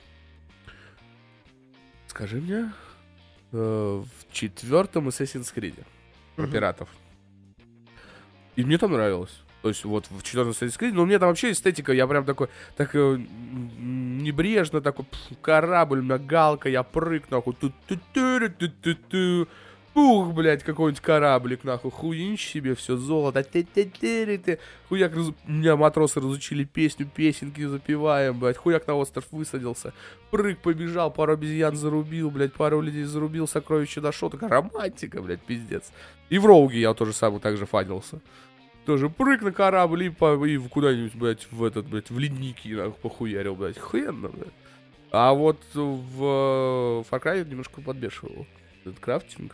Speaker 1: Скажи мне. э, В четвертом Assassin's Creed. Про
Speaker 2: Мгм.
Speaker 1: пиратов. И мне там нравилось. То есть вот в четвертом Assassin's Creed, но мне там вообще эстетика, я прям такой, так э, м, небрежно такой, пф, корабль, у меня галка, я прыг, нахуй, ту-ту-ту-ру-ту-ту-ту. Пух, блядь, какой-нибудь кораблик, нахуй, хуинч себе, все золото, ты-ты-ты-ты-ты. Хуяк, раз... меня матросы разучили песню, песенки запеваем, блядь, хуяк на остров высадился, прыг, побежал, пару обезьян зарубил, блядь, пару людей зарубил, сокровище нашел, такая романтика, блядь, пиздец. И в Роуге я тоже самый так же фанился. Тоже прыг на корабль и, по, и в куда-нибудь, блядь, в этот, блядь, в ледники, нахуй, похуярил, блядь, хренно, блядь. А вот в Far Cry немножко подбешивал этот крафтинг.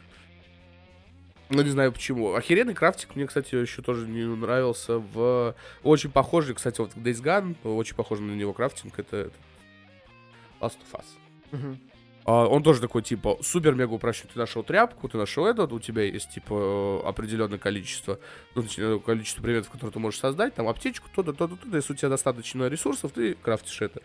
Speaker 1: Ну, не знаю почему. Охеренный крафтинг мне, кстати, еще тоже не нравился. В... Очень похожий, кстати, вот Days Gone, очень похож на него крафтинг, это, это Last of Us.
Speaker 2: Мгм.
Speaker 1: А, он тоже такой, типа, супер-мега упрощен. Ты нашел тряпку, ты нашел этот, у тебя есть, типа, определенное количество, ну, точнее, количество предметов, которые ты можешь создать, там, аптечку, то-то, то-то, то-то. Если у тебя достаточно ресурсов, ты крафтишь это.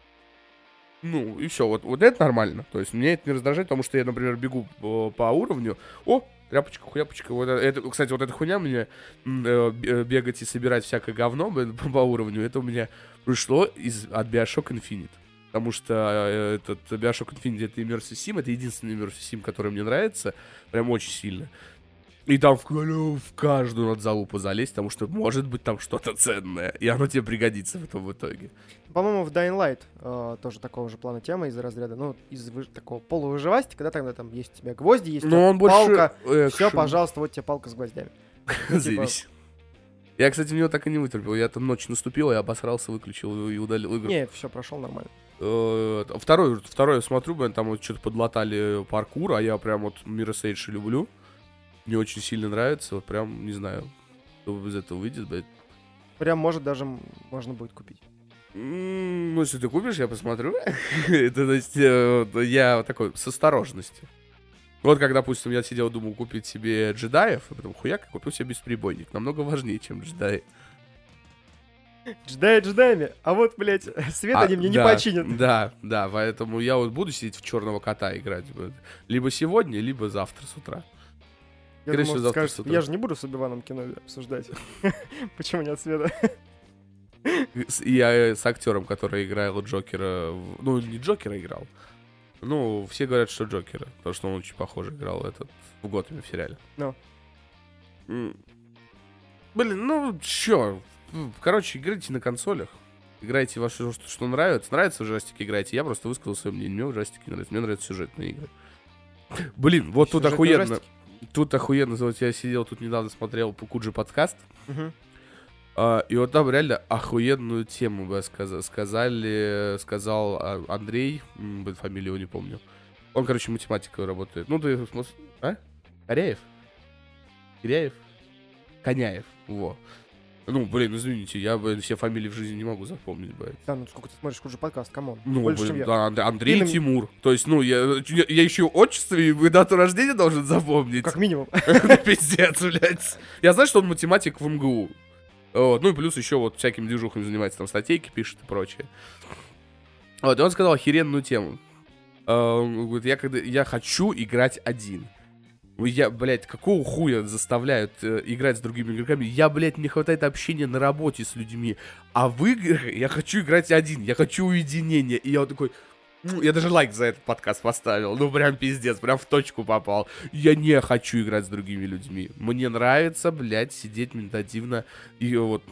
Speaker 1: Ну, и все, вот, вот это нормально. То есть мне это не раздражает, потому что я, например, бегу э, по уровню. О, тряпочка, хуяпочка. Вот это, кстати, вот эта хуйня мне э, бегать и собирать всякое говно блин, по, по уровню, это у меня пришло из, от Bioshock Infinite. Потому что э, этот Bioshock Infinite — это Immersive Sim, это единственный Immersive Sim, который мне нравится, прям очень сильно. И там в, в каждую надо залупу залезть, потому что может быть там что-то ценное, и оно тебе пригодится в этом в итоге.
Speaker 2: По-моему, в Dying Light э, тоже такого же плана тема из разряда, ну, из вы... такого полувыживасти, когда тогда там есть у тебя гвозди, есть у тебя
Speaker 1: Но он больше
Speaker 2: палка,
Speaker 1: экшен.
Speaker 2: все, пожалуйста, вот тебе палка с гвоздями. Ну, типа,
Speaker 1: Завись. Я, кстати, в него так и не вытерпел. Я там ночь наступила, я обосрался, выключил и удалил игру.
Speaker 2: Не, все, прошел нормально.
Speaker 1: Э, Второй, второй смотрю, блин, там вот что-то подлатали паркур, а я прям вот Mirror's Edge люблю. Мне очень сильно нравится, вот прям, не знаю, что из этого выйдет, блядь.
Speaker 2: Прям, может, даже м- можно будет купить.
Speaker 1: М, Ну, если ты купишь, я посмотрю. Это, то есть, э, вот я такой, с осторожностью. Вот как, допустим, я сидел, думал купить себе джедаев, а потом хуяк, и купил себе бесперебойник. Намного важнее, чем джедаи.
Speaker 2: Джедаи джедаями, а вот, блядь, свет
Speaker 1: А,
Speaker 2: они мне
Speaker 1: да,
Speaker 2: не починят.
Speaker 1: Да, да, поэтому я вот буду сидеть в черного кота играть. блядь. Либо сегодня, либо завтра с утра.
Speaker 2: Я
Speaker 1: Скорее
Speaker 2: думал,
Speaker 1: всего,
Speaker 2: ты
Speaker 1: завтра
Speaker 2: скажешь,
Speaker 1: с утра.
Speaker 2: я же не буду с Оби-Ваном кино обсуждать. Почему нет света?
Speaker 1: С- Я э, с актером, который играл Джокера. в- Ну, не Джокера играл. Ну, все говорят, что Джокера. Потому что он очень похоже играл этот в Готэме в сериале.
Speaker 2: Ну.
Speaker 1: М. Блин, ну чё? М, Короче, играйте на консолях. Играйте во что, что, что нравится. Нравится в джойстик, играйте. Я просто высказал свое мнение. Мне в джойстике не нравится. Мне нравятся сюжетные игры. Блин, вот тут
Speaker 2: Сюжетные
Speaker 1: охуенно.
Speaker 2: ужастики?
Speaker 1: Тут охуенно. Вот я сидел тут недавно, смотрел Пукуджи подкаст.
Speaker 2: Мгм.
Speaker 1: А, и вот там реально охуенную тему бы сказ- сказали, сказал а, Андрей, м, блин, фамилию его не помню. Он, короче, математикой работает. Ну, ты, в смысле, а? Коряев? Киряев? Коняев, во. Ну, блин, извините, я, блин, все фамилии в жизни не могу запомнить, блядь.
Speaker 2: Да, ну сколько ты смотришь уже подкаст, камон.
Speaker 1: Ну,
Speaker 2: Больше,
Speaker 1: блин,
Speaker 2: чем я.
Speaker 1: да, Анд- Андрей
Speaker 2: Ты на-
Speaker 1: Тимур. То есть, ну, я, я, я еще отчество и дату рождения должен запомнить.
Speaker 2: Как минимум.
Speaker 1: Пиздец, блядь. Я знаю, что он математик в эм гэ у. Вот, ну и плюс еще вот всякими движухами занимается, там статейки пишет и прочее. Вот, и он сказал охеренную тему. А, Он говорит, я, когда, я хочу играть один. Я, блядь, какого хуя заставляют э, играть с другими игроками? Я, блядь, не хватает общения на работе с людьми. А в игры я хочу играть один. Я хочу уединения. И я вот такой... Ну, я даже лайк за этот подкаст поставил. Ну, прям пиздец, прям в точку попал. Я не хочу играть с другими людьми. Мне нравится, блядь, сидеть медитативно и вот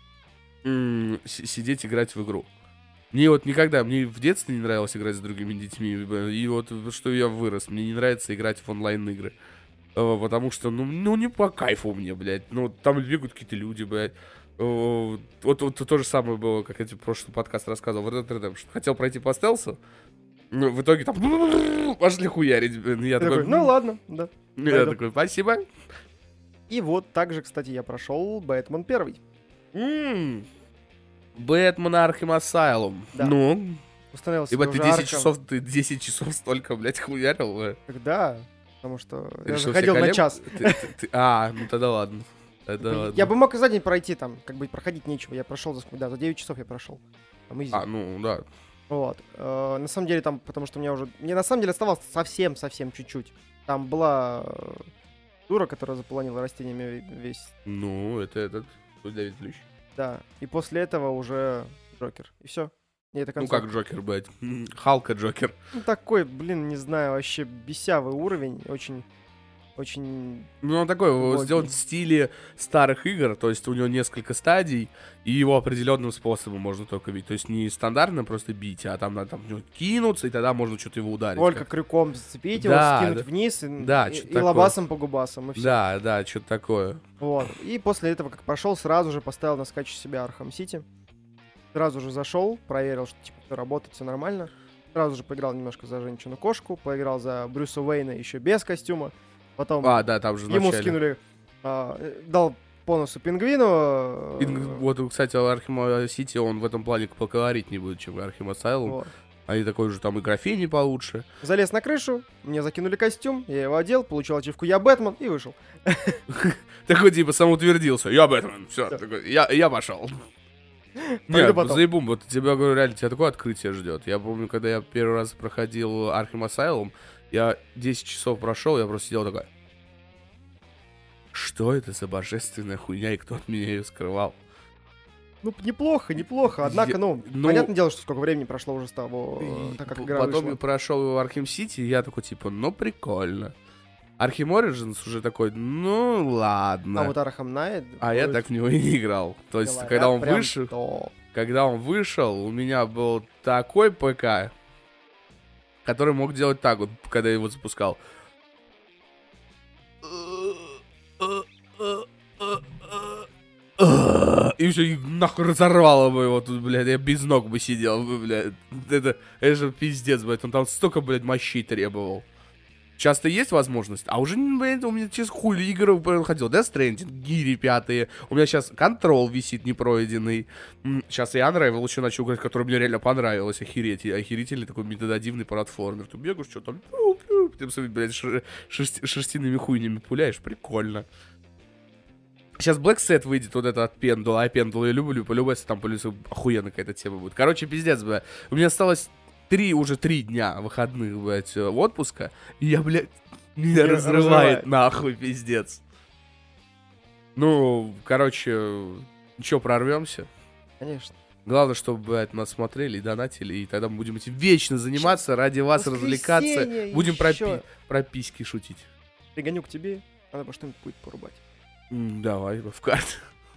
Speaker 1: м- с- сидеть играть в игру. Мне вот никогда, мне в детстве не нравилось играть с другими детьми. И вот что я вырос, мне не нравится играть в онлайн-игры. Э, Потому что, ну, ну, не по кайфу мне, блядь. Ну, там бегают какие-то люди, блядь. Э, Вот, вот то же самое было, как я тебе прошлый подкаст рассказывал. Red Dead Redemption. Хотел пройти по стелсу. Ну, в итоге там пошли хуярить. блин. Я
Speaker 2: Ты
Speaker 1: такой,
Speaker 2: такой, ну ладно, да.
Speaker 1: я
Speaker 2: пойду.
Speaker 1: такой, спасибо.
Speaker 2: И вот также, кстати, я прошел Бэтмен первый.
Speaker 1: М, Бэтмен Arkham Asylum.
Speaker 2: Да.
Speaker 1: Ну,
Speaker 2: Установил себе
Speaker 1: ибо ты
Speaker 2: уже
Speaker 1: десять
Speaker 2: Аркхем.
Speaker 1: часов, ты десять часов столько, блядь, хуярил. э.
Speaker 2: Да, потому что
Speaker 1: Ты
Speaker 2: я
Speaker 1: решил
Speaker 2: заходил
Speaker 1: все
Speaker 2: на
Speaker 1: колеб-
Speaker 2: час.
Speaker 1: Ты- ты- ты- А, ну тогда ладно. Тогда ладно.
Speaker 2: Я бы мог и за день пройти там, как бы проходить нечего. Я прошел за, ск- да, за девять часов я прошел. Там изи.
Speaker 1: А, ну, да.
Speaker 2: Вот. Э, на самом деле там, потому что у меня уже... Мне на самом деле оставалось совсем-совсем чуть-чуть. Там была э, дура, которая заполонила растениями весь...
Speaker 1: Ну, это этот, Давид Плющ.
Speaker 2: Да. И после этого уже Джокер. И все. И это
Speaker 1: Ну,
Speaker 2: концовка.
Speaker 1: как Джокер, блядь. М, Халка Джокер.
Speaker 2: Ну, такой, блин, не знаю, вообще бесявый уровень. Очень очень...
Speaker 1: Ну, он такой,
Speaker 2: глубокий.
Speaker 1: сделан в стиле старых игр, то есть у него несколько стадий, и его определенным способом можно только бить. То есть не стандартно просто бить, а там надо там, ну, кинуться, и тогда можно что-то его ударить.
Speaker 2: Только
Speaker 1: как.
Speaker 2: крюком зацепить
Speaker 1: Да,
Speaker 2: его, скинуть
Speaker 1: да.
Speaker 2: вниз, и,
Speaker 1: Да,
Speaker 2: и,
Speaker 1: что-то
Speaker 2: и
Speaker 1: такое.
Speaker 2: лобасом по губасам, и все.
Speaker 1: Да, да, что-то такое.
Speaker 2: Вот. И после этого, как пошел, сразу же поставил на скач себя Архам Сити. Сразу же зашел, проверил, что типа все работает, все нормально. Сразу же поиграл немножко за Женщину-кошку, поиграл за Брюса Уэйна еще без костюма. Потом
Speaker 1: А, да, там же
Speaker 2: ему
Speaker 1: вначале.
Speaker 2: скинули, а, э, дал по носу пингвину. э,
Speaker 1: Пинг- Вот, кстати, Архима Сити, он в этом плане поговорить не будет, чем Архим Асайлум.
Speaker 2: вот.
Speaker 1: Они такой же там и графини получше.
Speaker 2: Залез на крышу, мне закинули костюм, я его одел, получил ачивку «Я Бэтмен» и вышел.
Speaker 1: Такой, типа, самоутвердился. Я Бэтмен, все,
Speaker 2: Всё.
Speaker 1: такой, я, я пошел.
Speaker 2: Пойду
Speaker 1: Нет,
Speaker 2: потом.
Speaker 1: заебум, вот тебя, говорю, реально, тебя такое открытие ждет. Я помню, когда я первый раз проходил Arkham Asylum, я десять часов прошел, я просто сидел такой, что это за божественная хуйня, и кто от меня ее скрывал?
Speaker 2: Ну, неплохо, неплохо. Однако,
Speaker 1: Я-
Speaker 2: ну,
Speaker 1: ну-
Speaker 2: понятное дело, что сколько времени прошло уже с того, э,
Speaker 1: И
Speaker 2: так как
Speaker 1: п-
Speaker 2: игра
Speaker 1: Потом
Speaker 2: вышла.
Speaker 1: я прошел Arkham City, и я такой, типа, ну, прикольно. Arkham Origins уже такой, ну, ладно.
Speaker 2: А вот Архам Найт...
Speaker 1: А я так в него и не играл. То есть, когда он вышел, когда он вышел, у меня был такой ПК, который мог делать так вот, когда я его запускал. И все, и нахуй разорвало бы его тут, блядь, я без ног бы сидел, бы, блядь. Это, это же пиздец, блядь, он там столько, блядь, мощей требовал. Часто есть возможность, а уже, блядь, у меня через хули игры проходил. Death Stranding, гири пятые. У меня сейчас Control висит непройденный. Сейчас и Unravel еще начал играть, который мне реально понравилось. Охереть, охерительный такой метододивный платформер. Ты бегаешь, что там, ты, блядь, шер- шерсти- шерстяными хуйнями пуляешь, прикольно. Сейчас Black Set выйдет, вот это от Pendle, а Pendle я люблю, полюбуйся, там полюбуйся, охуенно какая-то тема будет. Короче, пиздец, бля. У меня осталось три, уже три дня выходных, блядь, отпуска, и я, блядь, меня
Speaker 2: Не
Speaker 1: разрывает,
Speaker 2: разрывает.
Speaker 1: нахуй, пиздец. Ну, короче, чё, прорвемся?
Speaker 2: Конечно.
Speaker 1: Главное, чтобы, блядь, нас смотрели и донатили, и тогда мы будем этим вечно заниматься, ради вас развлекаться,
Speaker 2: Воскресенье
Speaker 1: будем про,
Speaker 2: ещё.
Speaker 1: пи- про письки шутить.
Speaker 2: Пригоню к тебе, надо бы что-нибудь будет порубать.
Speaker 1: М, Давай, в карт.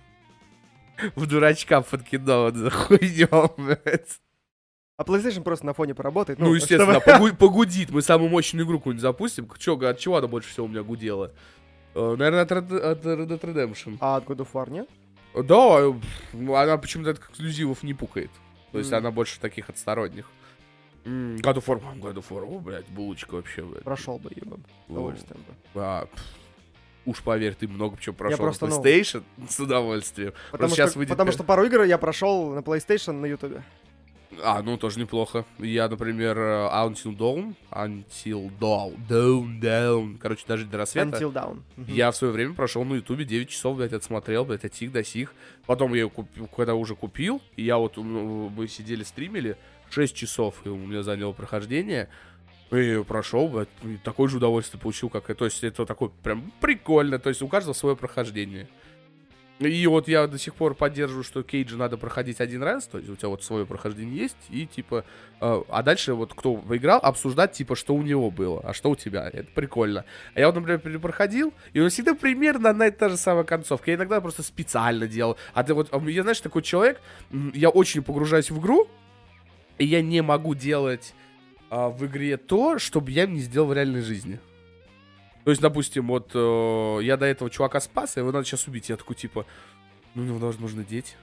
Speaker 1: В дурачка подкидал за хуйню, блядь.
Speaker 2: А PlayStation просто на фоне поработает.
Speaker 1: Ну,
Speaker 2: вот
Speaker 1: естественно,
Speaker 2: чтобы-
Speaker 1: погу- погудит. Мы самую мощную игру какую-нибудь запустим. Чё, от чего она больше всего у меня гудела? Э, Наверное, от Red, от Red Dead Redemption.
Speaker 2: А от God of War нет?
Speaker 1: Да, э, пф, она почему-то от эксклюзивов не пукает. То есть
Speaker 2: М.
Speaker 1: она больше таких от сторонних. М, God of War, God of War, о, блядь, булочка вообще, блядь.
Speaker 2: Прошел бы ее бы. С
Speaker 1: О,
Speaker 2: удовольствием бы.
Speaker 1: а, пф, Уж поверь, ты много чего прошел
Speaker 2: просто,
Speaker 1: на
Speaker 2: ну,
Speaker 1: PlayStation с удовольствием.
Speaker 2: Потому,
Speaker 1: щас
Speaker 2: что,
Speaker 1: выйдет
Speaker 2: потому
Speaker 1: пи-
Speaker 2: что пару игр я прошел на PlayStation на YouTube.
Speaker 1: А, ну тоже неплохо. Я, например, э, Until Dawn, Until Dawn, Dawn, Dawn, короче, даже до рассвета.
Speaker 2: Until Dawn. Мгм.
Speaker 1: Я в свое время прошел на Ютубе девять часов, блядь, отсмотрел, блядь, от сих до сих. Потом я ее купил, когда уже купил, и я вот, ну, мы сидели, стримили, шесть часов и у меня заняло прохождение. И прошел, блядь, и такое же удовольствие получил, как и... То есть это такое прям прикольно, то есть у каждого свое прохождение. И вот я до сих пор поддерживаю, что Кейджа надо проходить один раз, то есть у тебя вот свое прохождение есть, и типа, э, а дальше вот кто выиграл, обсуждать типа, что у него было, а что у тебя, это прикольно. А я вот, например, перепроходил, и он всегда примерно одна и та же самая концовка, я иногда просто специально делал, а ты вот, а я, знаешь, такой человек, м, я очень погружаюсь в игру, и я не могу делать а, в игре то, чтобы я не сделал в реальной жизни. То есть, допустим, вот э, я до этого чувака спас, и его надо сейчас убить. Я такой, типа, ну, его должны нужно деть.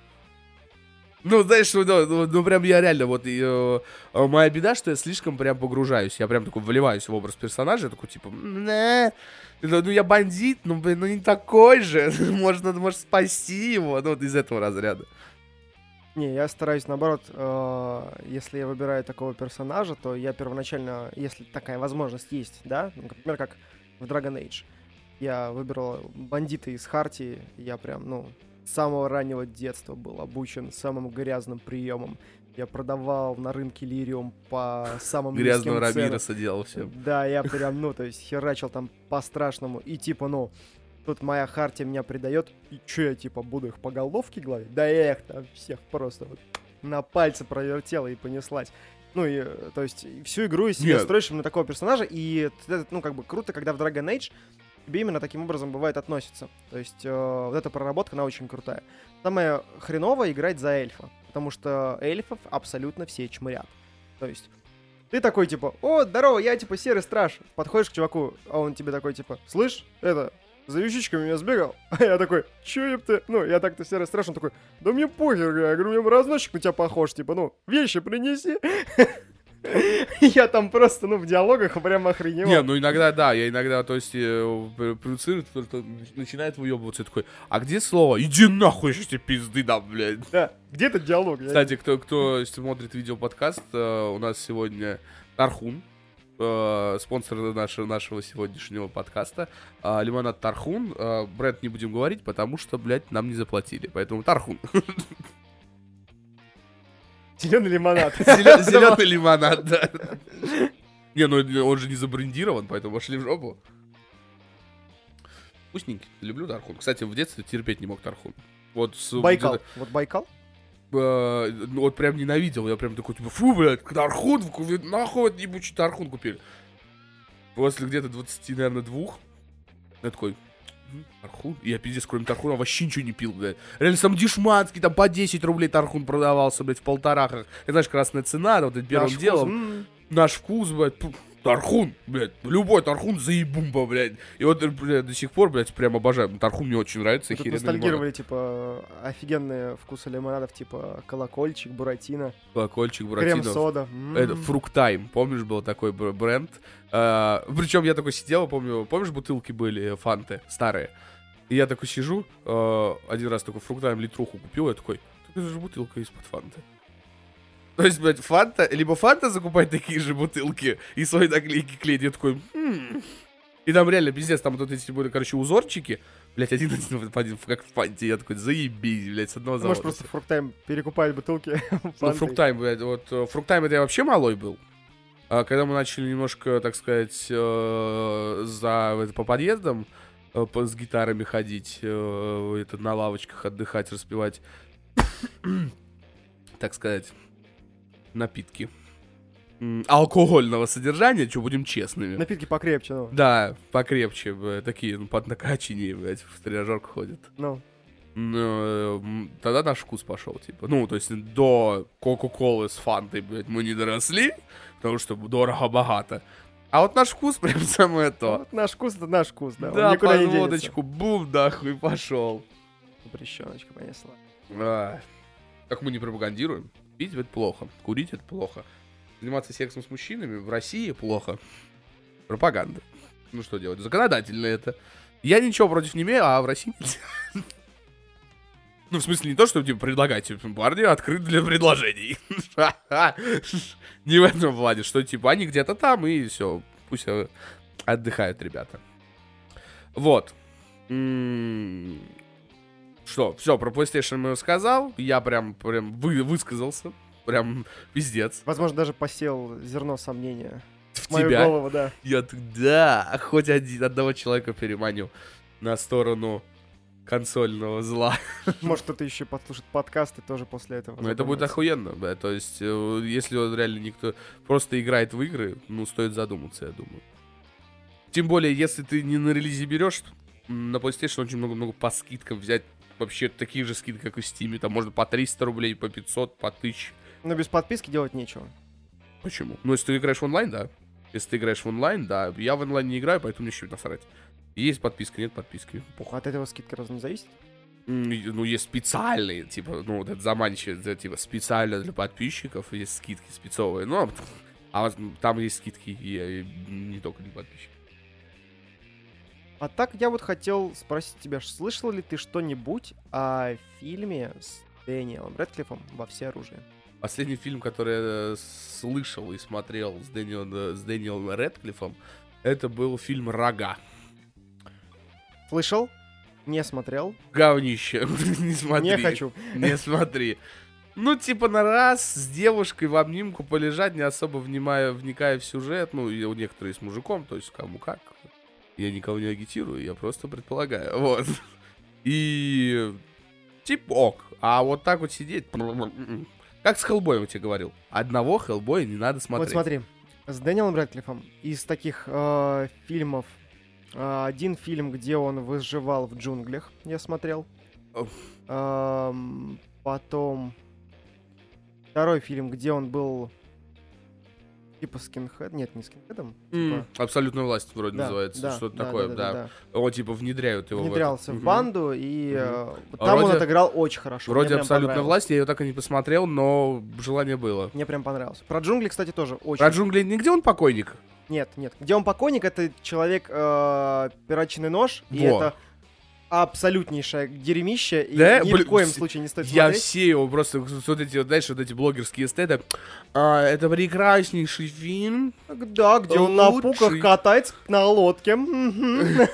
Speaker 1: Ну, знаешь, ну, ну, ну, прям я реально, вот, и, э, э, моя беда, что я слишком прям погружаюсь. Я прям такой вливаюсь в образ персонажа, я такой, типа, «Мэ». ну, ну, я бандит, ну, блин, ну, не такой же. Может, надо, может, спасти его, ну, вот из этого разряда.
Speaker 2: Не, я стараюсь наоборот, э, если я выбираю такого персонажа, то я первоначально, если такая возможность есть, да, ну, например, как в Dragon Age, я выбрал бандита из Хартии, я прям, ну, с самого раннего детства был обучен самым грязным приемом. Я продавал на рынке лириум по самым
Speaker 1: Грязного
Speaker 2: низким ценам.
Speaker 1: Рамироса делал всем.
Speaker 2: Да, я прям, ну, то есть херачил там по-страшному. И типа, ну, тут моя Хартия меня предает, и чё я, типа, буду их по головке гладить? Да я их там всех просто вот на пальцы провертела и понеслась. Ну, и, то есть, всю игру из себя
Speaker 1: Нет.
Speaker 2: строишь на такого персонажа, и это, ну, как бы круто, когда в Dragon Age тебе именно таким образом бывает относятся. То есть э, вот эта проработка, она очень крутая. Самое хреновое играть за эльфа, потому что эльфов абсолютно все чмырят. То есть ты такой, типа, о, здорово, я, типа, серый страж. Подходишь к чуваку, а он тебе такой, типа, слышь, это, за вещичками меня сбегал. А я такой, чё, еб ты? Ну, я так-то серый страж, он такой, да мне похер, я говорю, мне разносчик на тебя похож, типа, ну, вещи принеси. Я там просто, ну, в диалогах прям охреневал.
Speaker 1: Не, ну иногда, да, я иногда, то есть, продюцирует, начинает выебываться, такой, а где слово? Иди нахуй, я тебе пизды дам, блядь.
Speaker 2: Да, где этот диалог?
Speaker 1: Кстати, кто, кто смотрит видеоподкаст, у нас сегодня Тархун, спонсор нашего, нашего сегодняшнего подкаста. Лимонад Тархун. Бренд не будем говорить, потому что, блядь, нам не заплатили. Поэтому Тархун.
Speaker 2: Зеленый лимонад.
Speaker 1: Зеленый лимонад, да. Не, ну он же не забрендирован, поэтому пошли в жопу. Вкусненький. Люблю Тархун. Кстати, в детстве терпеть не мог Тархун. Вот с,
Speaker 2: Байкал. Вот Байкал?
Speaker 1: Э, ну, вот прям ненавидел. Я прям такой, типа, фу, блядь, Тархун, нахуй вот ебучий Тархун купили. После где-то двадцати, наверное, двух. Я такой, Тархун? Я, пиздец, кроме Тархуна вообще ничего не пил, блядь. Реально, сам дешманский, там по десять рублей Тархун продавался, блядь, в полторахах. Это, знаешь, красная цена, вот это первым
Speaker 2: Наш
Speaker 1: делом.
Speaker 2: вкус, м-м.
Speaker 1: Наш вкус, блядь, пу, Тархун, блядь, любой Тархун заебумба, блядь. И вот, блядь, до сих пор, блядь, прям обожаю. Тархун мне очень нравится.
Speaker 2: Тут ностальгировали, типа, офигенные вкусы лимонадов, типа, колокольчик, буратино.
Speaker 1: Колокольчик, буратино.
Speaker 2: Крем-сода.
Speaker 1: Это Фруктайм, помнишь, был такой бренд. А, причем я такой сидел, помню, помнишь, бутылки были, фанты старые. И я такой сижу, э, один раз такой Фруктайм литруху купил, я такой, так это же бутылка из-под фанты. То есть, блядь, фанта, либо фанта закупать такие же бутылки и свои наклейки клеить, я такой, м-м. И там реально, пиздец, там вот эти были, короче, узорчики, блядь, один один, один как в фанте, я такой, заебись, блядь, с одного завода.
Speaker 2: Может, просто Фруктайм перекупает бутылки.
Speaker 1: Ну, Фруктайм, блядь, вот, Фруктайм это я вообще малой был. А когда мы начали немножко, так сказать, э, за, это, по подъездам, э, по, с гитарами ходить, э, это, на лавочках отдыхать, распевать, так сказать, напитки м, алкогольного содержания, что будем честными.
Speaker 2: Напитки покрепче, ну.
Speaker 1: Да, покрепче, блядь, такие, ну, под накачанные, блядь, в тренажерку ходят.
Speaker 2: Ну.
Speaker 1: Ну, м, тогда наш вкус пошел, типа. Ну, то есть до Кока-Колы с Фантой, блядь, мы не доросли, потому что дорого-богато. А вот наш вкус прям самое то.
Speaker 2: Вот наш вкус — это наш вкус, да.
Speaker 1: Да,
Speaker 2: Он никуда не
Speaker 1: подводочку, бум, нахуй, пошел.
Speaker 2: Запрещеночка понесла.
Speaker 1: А, как мы не пропагандируем. Пить — это плохо, курить — это плохо. Заниматься сексом с мужчинами в России плохо. Пропаганда. Ну что делать? Законодательно это. Я ничего против не имею, а в России нельзя. Ну, в смысле, не то, что, типа, предлагать, типа, парни открыт для предложений. Не в этом плане, что, типа, они где-то там, и все, пусть отдыхают ребята. Вот. Что, все, про PlayStation я сказал, я прям, прям вы, высказался, прям пиздец.
Speaker 2: Возможно, даже посел зерно сомнения
Speaker 1: В
Speaker 2: в мою
Speaker 1: тебя?
Speaker 2: голову, да.
Speaker 1: Я так, да, хоть один, одного человека переманю на сторону консольного зла.
Speaker 2: Может, кто-то еще послушает подкасты тоже после этого.
Speaker 1: Ну, это будет
Speaker 2: задумается.
Speaker 1: охуенно, да. То есть, э, если вот реально никто просто играет в игры, ну, стоит задуматься, я думаю. Тем более, если ты не на релизе берешь, м, на PlayStation очень много-много по скидкам взять. Вообще, такие же скидки, как и в Steam. Там можно по триста рублей, по пятьсот, по тысяче.
Speaker 2: Но без подписки делать нечего.
Speaker 1: Почему? Ну, если ты играешь в онлайн, да. Если ты играешь в онлайн, да. Я в онлайн не играю, поэтому мне еще насрать. Есть подписка, нет подписки. Похуй.
Speaker 2: От этого скидка разве не зависит?
Speaker 1: М, Ну, есть специальные, типа, ну, вот это заманчивое, это, типа, специально для подписчиков, есть скидки спецовые, ну, а вот там есть скидки и, и не только для подписчиков.
Speaker 2: А так я вот хотел спросить тебя, слышал ли ты что-нибудь о фильме с Дэниелом Рэдклиффом «Во всеоружие»?
Speaker 1: Последний фильм, который я слышал и смотрел с Дэниелом, с Дэниелом Рэдклиффом, это был фильм «Рога».
Speaker 2: Слышал? Не смотрел.
Speaker 1: Говнище. Не смотри.
Speaker 2: Не хочу.
Speaker 1: Не смотри. Ну, типа, на раз с девушкой в обнимку полежать, не особо внимая, вникая в сюжет. Ну, и у некоторых с мужиком, то есть кому как. Я никого не агитирую, я просто предполагаю. Вот. И... Типа ок. А вот так вот сидеть... Как с Хеллбоем я тебе говорил. Одного Хеллбоя не надо смотреть.
Speaker 2: Вот смотри, с Дэниелом Рэдклиффом из таких э, фильмов А, Один фильм, где он выживал в джунглях, я смотрел.
Speaker 1: Оф.
Speaker 2: Ам, Потом второй фильм, где он был типа скинхед. Нет, не скинхедом.
Speaker 1: М,
Speaker 2: Типа...
Speaker 1: Абсолютная власть вроде
Speaker 2: Да,
Speaker 1: называется.
Speaker 2: да,
Speaker 1: Что-то
Speaker 2: да,
Speaker 1: такое,
Speaker 2: да,
Speaker 1: да.
Speaker 2: да, да.
Speaker 1: Он типа внедряют его
Speaker 2: Внедрялся
Speaker 1: в,
Speaker 2: в
Speaker 1: это.
Speaker 2: банду, и
Speaker 1: Мгм.
Speaker 2: э,
Speaker 1: А
Speaker 2: там он
Speaker 1: вроде-
Speaker 2: отыграл очень хорошо. Мне
Speaker 1: Вроде
Speaker 2: прям
Speaker 1: абсолютная
Speaker 2: понравилось.
Speaker 1: власть, я ее так и не посмотрел, но желание было.
Speaker 2: Мне прям понравился. Про джунгли, кстати, тоже очень.
Speaker 1: Про джунгли нигде он покойник?
Speaker 2: Нет, нет. Где он покойник, это человек э, перочинный нож, и
Speaker 1: Во.
Speaker 2: это абсолютнейшее дерьмище, и
Speaker 1: Да?
Speaker 2: ни
Speaker 1: Блин,
Speaker 2: в коем
Speaker 1: с-
Speaker 2: случае не стоит
Speaker 1: Я
Speaker 2: смотреть.
Speaker 1: все его просто, вот эти, вот, знаешь, вот эти блогерские эстеты. А, это прекраснейший фильм.
Speaker 2: Да, где он на
Speaker 1: Лучший.
Speaker 2: пуках катается на лодке. Мгм.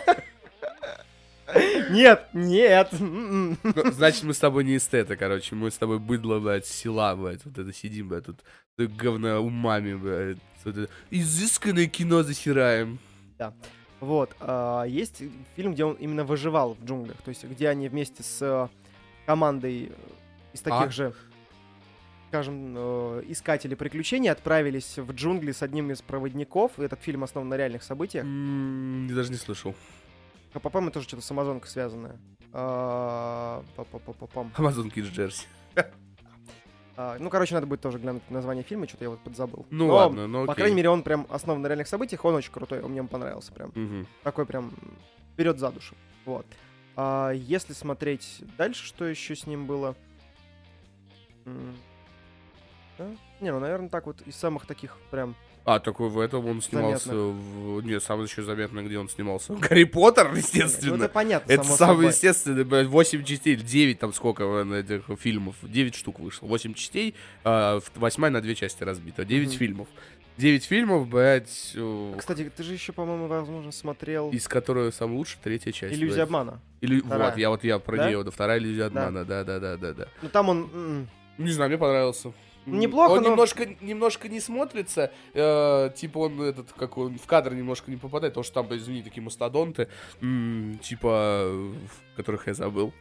Speaker 2: Нет, нет. м-м.
Speaker 1: Ну, значит, мы с тобой не эстеты, короче. Мы с тобой быдло, блядь, села, блядь. Вот это сидим, блядь, тут тут говно умами, блядь. Вот это изысканное кино засираем.
Speaker 2: Вот, а, есть фильм, где он именно выживал в джунглях, то есть где они вместе с э, командой э, из таких
Speaker 1: А?
Speaker 2: же, скажем, э, искателей приключений отправились в джунгли с одним из проводников. Этот фильм основан на реальных событиях.
Speaker 1: М, Я даже не слышал.
Speaker 2: А, по-моему, тоже что-то с Амазонкой связанное. А, па-па-па-па-пам.
Speaker 1: Амазон Kids Джерси.
Speaker 2: А, Ну, короче, надо будет тоже глянуть название фильма, что-то я вот подзабыл.
Speaker 1: Ну
Speaker 2: Но,
Speaker 1: ладно, ну
Speaker 2: По
Speaker 1: окей.
Speaker 2: крайней мере, он прям основан на реальных событиях, он очень крутой, он мне понравился прям.
Speaker 1: Мгм.
Speaker 2: Такой прям вперед за душу. Вот. А если смотреть дальше, что еще с ним было? М, да? Не, ну, наверное, так вот из самых таких прям...
Speaker 1: А, такой в этом он снимался
Speaker 2: Заметно.
Speaker 1: в... Нет, самое еще заметно, где он снимался. Гарри Поттер,
Speaker 2: Ну,
Speaker 1: естественно.
Speaker 2: это понятно,
Speaker 1: Это
Speaker 2: само
Speaker 1: самое
Speaker 2: собой.
Speaker 1: естественное, блядь, восемь частей, девять там сколько э, этих фильмов, девять штук вышло, восемь частей, а, в- восьмая на две части разбита, девять
Speaker 2: Мгм.
Speaker 1: фильмов. девять фильмов, блядь, э,
Speaker 2: Кстати, ты же еще, по-моему, возможно, смотрел
Speaker 1: из которых самая лучшая третья часть.
Speaker 2: «Иллюзия
Speaker 1: блядь.
Speaker 2: обмана».
Speaker 1: Или,
Speaker 2: Вторая.
Speaker 1: вот, я вот я про
Speaker 2: Да?
Speaker 1: нее, да, вторая иллюзия
Speaker 2: Да.
Speaker 1: обмана, да-да-да-да-да.
Speaker 2: Ну, там он... м,
Speaker 1: Не знаю, мне понравился. М,
Speaker 2: Неплохо,
Speaker 1: Он
Speaker 2: но-
Speaker 1: немножко, немножко не смотрится, э, типа он этот, как он, в кадр немножко не попадает, потому что там, извини, такие мастодонты, м, типа, э, которых я забыл.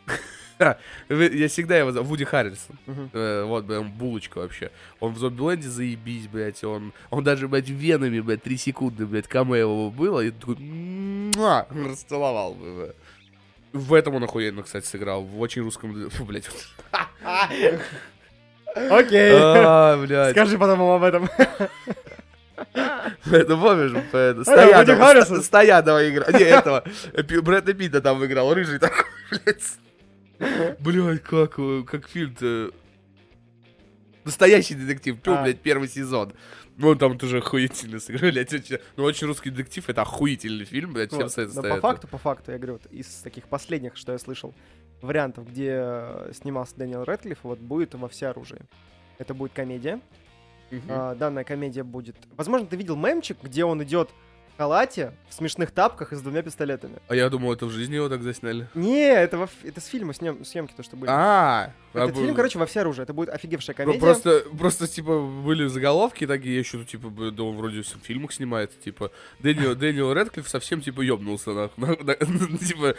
Speaker 1: Я всегда его забыл. Вуди Харрельсон.
Speaker 2: мгм.
Speaker 1: Э, Вот, прям булочка вообще. Он в Зомбиленде заебись, блядь. Он, он даже, блядь, венами, блядь, три секунды, блядь, камео его было. И такой, муа, расцеловал бы, блядь. В этом он охуенно, кстати, сыграл. В очень русском... Фу, блядь.
Speaker 2: Окей.
Speaker 1: А, блядь.
Speaker 2: Скажи потом ему об этом.
Speaker 1: Это помнишь? это,
Speaker 2: Вуди
Speaker 1: Стоянова
Speaker 2: Харрельсон.
Speaker 1: Ст- Стоянова играл. Не, этого. Пи- Брэда Питта там играл. Рыжий такой, блядь. Блядь, как, э, как фильм-то... Настоящий детектив. Пил,
Speaker 2: А.
Speaker 1: блядь, первый сезон. Ну, он там тоже охуительно сыграл, блядь. очень- Ну, очень русский детектив, это охуительный фильм, блядь. Всем
Speaker 2: Вот.
Speaker 1: совет
Speaker 2: Но по факту, по факту, я говорю, вот из таких последних, что я слышал, вариантов, где э, снимался Дэниел Рэдклифф, вот будет «Во всеоружии». Это будет комедия. А, данная комедия будет... Возможно, ты видел мемчик, где он идет в халате, в смешных тапках и с двумя пистолетами.
Speaker 1: А я думал, это в жизни его так засняли.
Speaker 2: Не, это, во ф- это с фильма снем... съемки, то, что были.
Speaker 1: А,
Speaker 2: Этот
Speaker 1: а
Speaker 2: фильм,
Speaker 1: б-
Speaker 2: короче, «Во всеоружие». Это будет офигевшая
Speaker 1: Про-
Speaker 2: комедия.
Speaker 1: Просто, просто, типа, были заголовки такие, еще, ну, типа, б- да он вроде в фильмах снимается, типа, Дэниел, Дэниел Рэдклифф совсем, типа, ёбнулся, нахуй, на- на- типа,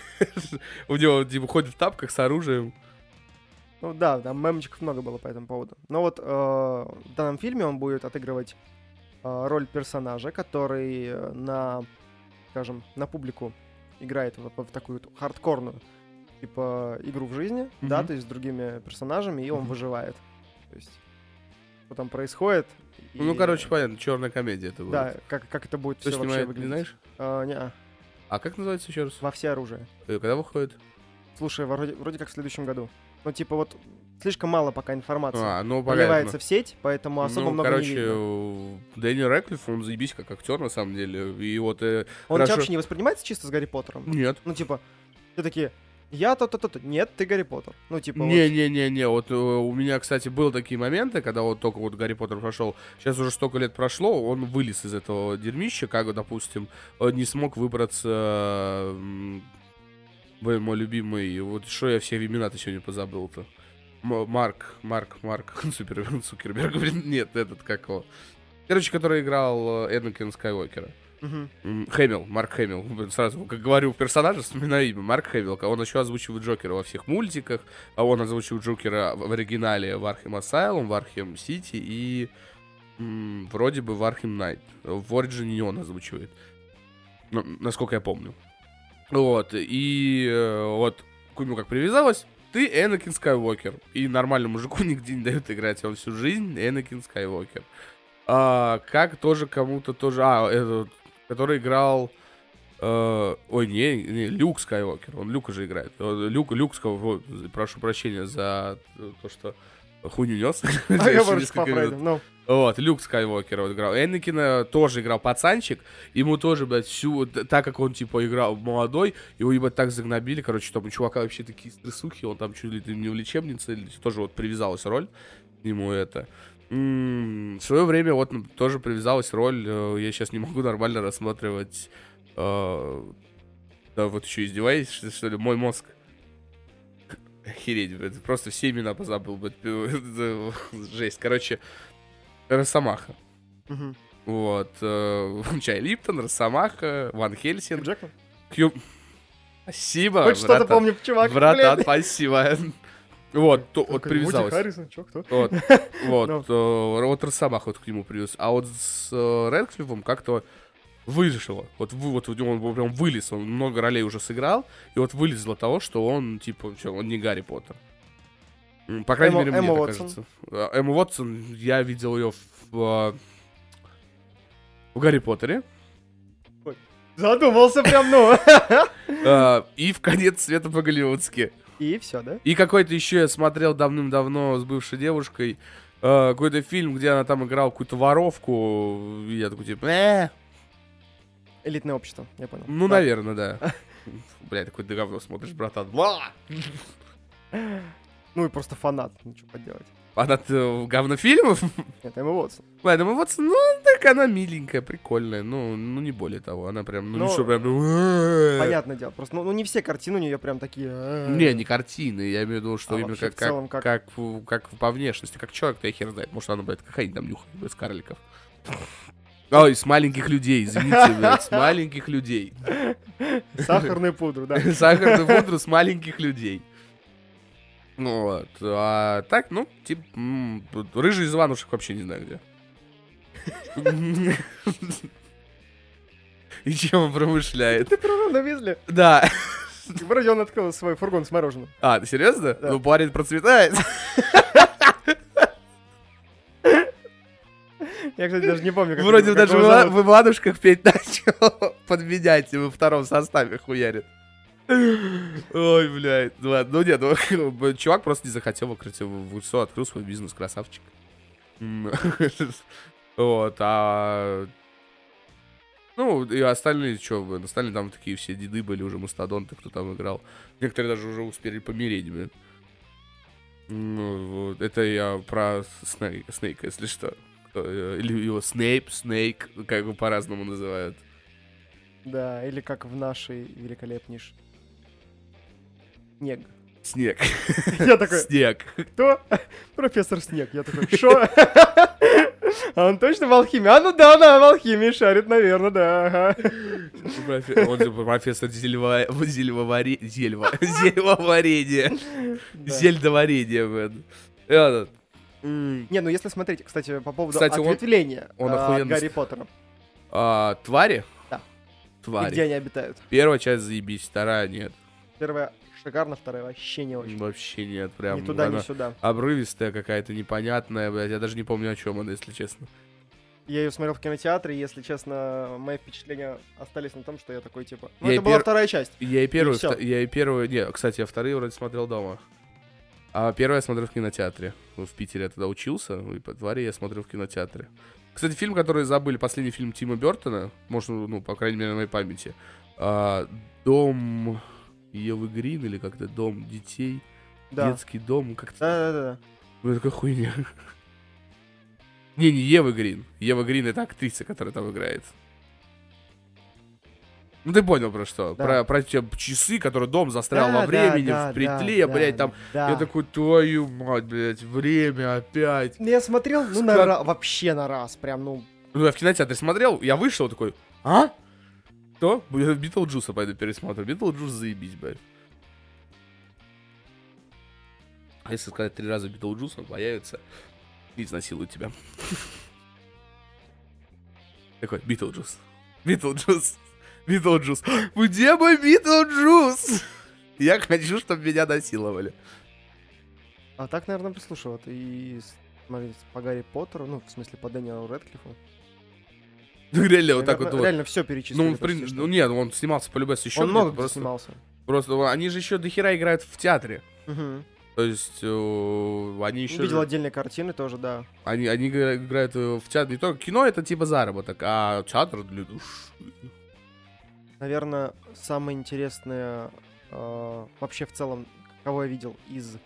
Speaker 1: у него, типа, ходит в тапках с оружием.
Speaker 2: Ну да, там мемчиков много было по этому поводу. Но вот э, в данном фильме он будет отыгрывать э, роль персонажа, который э, на, скажем, на публику играет в, в такую вот хардкорную, типа, игру в жизни, да,
Speaker 1: Мгм.
Speaker 2: то есть с другими персонажами, и он
Speaker 1: Мгм.
Speaker 2: выживает. То есть, что там происходит. и-
Speaker 1: Ну, короче, понятно, черная комедия это будет.
Speaker 2: Да, как, как это будет
Speaker 1: Кто
Speaker 2: все вообще
Speaker 1: снимает,
Speaker 2: выглядеть.
Speaker 1: не знаешь?
Speaker 2: А, неа.
Speaker 1: А как называется еще раз?
Speaker 2: Во всеоружие.
Speaker 1: Э, Когда выходит?
Speaker 2: Слушай, вроде, вроде как в следующем году. Ну, типа, вот слишком мало пока информации.
Speaker 1: А, ну,
Speaker 2: Поливается
Speaker 1: понятно.
Speaker 2: в сеть, поэтому особо
Speaker 1: Ну,
Speaker 2: много
Speaker 1: короче,
Speaker 2: не видно.
Speaker 1: э, Дэниел Рэдклифф, он заебись как актер, на самом деле. И вот... э,
Speaker 2: Он
Speaker 1: хорошо-
Speaker 2: тебя вообще не воспринимается чисто с Гарри Поттером?
Speaker 1: Нет.
Speaker 2: Ну, типа, ты такие, я то-то-то-то. Нет, ты Гарри Поттер. Ну, типа, вот.
Speaker 1: Не-не-не-не, вот э, у меня, кстати, были такие моменты, когда вот только вот Гарри Поттер прошел, сейчас уже столько лет прошло, он вылез из этого дерьмища, как, допустим, он не смог выбраться, м, блин, мой любимый, вот что я все имена-то сегодня позабыл-то. М- Марк, Марк, Марк, Супер Цукерберг, блин, нет, этот, как его. Короче, который играл э, Энакин Скайуокера.
Speaker 2: Мгм.
Speaker 1: М, Хэмилл, Марк Хэмилл. Блин, сразу, как говорю персонажа, вспоминаю имя. Марк Хэмилл. Он еще озвучивает Джокера во всих мультиках. А он озвучивает Джокера в в оригинале в Архем Асайлум, в Архем Сити и м, вроде бы в Архем Найт. В Ориджине не он озвучивает. ну, насколько я помню. Вот, и э, вот к нему как привязалась, ты Энакин Скайуокер. И нормальному мужику нигде не дают играть, он всю жизнь Энакин Скайуокер. А, как тоже кому-то тоже... А, этот, который играл... Э, ой, не, не, Люк Скайуокер, он Люка же играет. Люк, Люк Скайуокер, вот, прошу прощения за то, что хуйню нес.
Speaker 2: А я борюсь по Фрейдам, ну.
Speaker 1: Вот, Люк Скайуокер вот играл. Энакина тоже играл пацанчик. Ему тоже, блядь, всю... Так как он, типа, играл молодой, его, ебать, так загнобили. Короче, там у чувака вообще такие стрессухи. Он там чуть ли не в лечебнице. Тоже вот привязалась роль к нему это. М-м, в свое время вот тоже привязалась роль. Я сейчас не могу нормально рассматривать... Э, да, вот еще издеваетесь, что, что ли? Мой мозг. Охереть, блядь. Просто все имена позабыл, блядь. Жесть. Короче... Росомаха.
Speaker 2: Угу.
Speaker 1: Вот. Э, Чай Липтон, Росомаха, Ван Хельсинг.
Speaker 2: Джекман?
Speaker 1: Кью... Спасибо,
Speaker 2: Хоть что-то помню, чувак.
Speaker 1: Братан, спасибо. Вот, то, вот
Speaker 2: Вуди
Speaker 1: привязалась.
Speaker 2: Харрисон, чё, кто?
Speaker 1: Вот, вот,
Speaker 2: Ну.
Speaker 1: э, вот Росомаха вот к нему привез. А вот с э, Рэдклиффом как-то вышло. Вот, вы- вот он прям вылез, он много ролей уже сыграл, и вот вылезло того, что он, типа, чё, он не Гарри Поттер. М, По крайней
Speaker 2: Эмма-
Speaker 1: мере, мне
Speaker 2: Эмма
Speaker 1: так
Speaker 2: Уотсон.
Speaker 1: кажется. Э, Эмма Уотсон, я видел ее в, э, в Гарри Поттере.
Speaker 2: Задумался прям, ну.
Speaker 1: э, И в «Конец света» по-голливудски.
Speaker 2: И все, да?
Speaker 1: И какой-то еще я смотрел давным-давно с бывшей девушкой. э, Какой-то фильм, где она там играла какую-то воровку. И я такой, типа, э
Speaker 2: Элитное общество, я понял.
Speaker 1: ну,
Speaker 2: Да.
Speaker 1: наверное, да. Бля, такой ты говно смотришь, братан. Бла!
Speaker 2: Ну и просто фанат, ничего поделать.
Speaker 1: Она э, говно фильмов?
Speaker 2: Это Эмма Уотсон.
Speaker 1: Ладно, ну вот, ну, так она миленькая, прикольная. Ну, ну не более того. Она прям, ну,
Speaker 2: Ну,
Speaker 1: не что, прям... ну, э.
Speaker 2: Понятное дело. Просто, ну, ну, не все картины у нее прям такие... э,
Speaker 1: Не, не картины, я имею в виду, что
Speaker 2: А
Speaker 1: именно
Speaker 2: вообще
Speaker 1: как,
Speaker 2: в целом
Speaker 1: как,
Speaker 2: как?
Speaker 1: как, в- как по внешности, как человек-то я хер знает. Может, она, блядь, какая-нибудь там нюхает, блядь, с карликов. Ой, с маленьких людей, извините, блядь, с маленьких людей.
Speaker 2: Сахарную пудру, да.
Speaker 1: Сахарную пудру с маленьких людей. Ну вот, а так, ну, типа, м, рыжий из Иванушек вообще не знаю где. И чем он промышляет?
Speaker 2: Ты про навезли?
Speaker 1: Да.
Speaker 2: Вроде он открыл свой фургон с мороженым.
Speaker 1: А, ты серьезно?
Speaker 2: Да.
Speaker 1: Ну, парень процветает.
Speaker 2: Я, кстати, даже не помню, как
Speaker 1: Вроде
Speaker 2: как
Speaker 1: даже
Speaker 2: его
Speaker 1: в Ива-
Speaker 2: зовут.
Speaker 1: в Иванушках петь начал. Подменять и во втором составе хуярит. Ой, блядь. Ну ладно, ну нет, ну, чувак просто не захотел выкрыть в лицо, открыл свой бизнес, красавчик. М, Вот, а... Ну, и остальные, что, блин, остальные там такие все деды были, уже мастодонты, кто там играл. Некоторые даже уже успели помереть, блин. Ну, вот, это я про Сней- Снейка, если что. Кто, э, Или его Снейп, Снейк, как бы по-разному называют.
Speaker 2: Да, или как в нашей великолепнейшей. Снег.
Speaker 1: Снег.
Speaker 2: Я такой,
Speaker 1: Снег.
Speaker 2: кто? Профессор Снег. Я такой, шо? А он точно в алхимии? А ну да, да, в алхимии шарит, наверное, да. ага.
Speaker 1: Профе- Он же профессор зельва- зельвоваре- зельва- зельвоварения.
Speaker 2: Да.
Speaker 1: Зельдоварения, блин. Этот, м,
Speaker 2: Не, ну если смотреть, кстати, по поводу
Speaker 1: Кстати, он-
Speaker 2: ответвления
Speaker 1: он
Speaker 2: а,
Speaker 1: охуенно
Speaker 2: Гарри
Speaker 1: с-
Speaker 2: Поттера.
Speaker 1: а, Твари?
Speaker 2: Да. И
Speaker 1: Твари.
Speaker 2: где они обитают?
Speaker 1: Первая часть заебись, вторая нет.
Speaker 2: Первая шикарно, вторая вообще не очень.
Speaker 1: Вообще нет, прям.
Speaker 2: Ни туда, ни
Speaker 1: она
Speaker 2: сюда.
Speaker 1: обрывистая какая-то, непонятная, блядь. Я даже не помню, о чем она, если честно.
Speaker 2: Я ее смотрел в кинотеатре, и, если честно, мои впечатления остались на том, что я такой, типа... Ну,
Speaker 1: Я
Speaker 2: это
Speaker 1: и
Speaker 2: была
Speaker 1: пер-
Speaker 2: вторая часть.
Speaker 1: Я и первую,
Speaker 2: всё.
Speaker 1: вто- я и первую, не, кстати, я вторые вроде смотрел дома. А первую я смотрел в кинотеатре. В Питере я тогда учился, и по твари я смотрел в кинотеатре. Кстати, фильм, который забыли, последний фильм Тима Бёртона, можно, ну, по крайней мере, на моей памяти. а, Дом Евы Грин или как-то Дом детей.
Speaker 2: Да.
Speaker 1: Детский дом, как-то.
Speaker 2: Да-да-да.
Speaker 1: Ну, это какая хуйня. Не, не Ева Грин. Ева Грин — это актриса, которая там играет. Ну ты понял про что?
Speaker 2: Да.
Speaker 1: Про, про те часы, которые дом застрял
Speaker 2: Да,
Speaker 1: во времени,
Speaker 2: да,
Speaker 1: в плитле,
Speaker 2: да,
Speaker 1: блядь,
Speaker 2: да,
Speaker 1: там.
Speaker 2: да.
Speaker 1: Я такой, твою мать, блядь, время опять.
Speaker 2: Ну, я смотрел, ну, на
Speaker 1: Как-
Speaker 2: ра- вообще на раз, прям, ну...
Speaker 1: Ну, я в кинотеатре смотрел, я вышел такой, а? Что? Я Битлджуса пойду пересмотрю. Битлджус заебись, блядь. А если сказать три раза Битлджус, он появится и изнасилует тебя. Такой, Битлджус. Битлджус. Битлджус. Где мой Битлджус? Я хочу, чтобы меня насиловали.
Speaker 2: А так, наверное, прислушивал. И смотри, по Гарри Поттеру, ну, в смысле, по Дэниелу Рэдклиффу.
Speaker 1: Ну, реально, вот так вот.
Speaker 2: Реально все перечислили.
Speaker 1: Ну, в принципе, ну нет, он снимался по-любому еще.
Speaker 2: Он много где снимался.
Speaker 1: Просто они же еще дохера играют в театре.
Speaker 2: Угу.
Speaker 1: То есть э, они еще...
Speaker 2: Видел отдельные картины тоже, да.
Speaker 1: Они, они играют в театре. Не только кино, это типа заработок, а театр для души.
Speaker 2: Наверное, самое интересное э, вообще в целом, кого я видел из,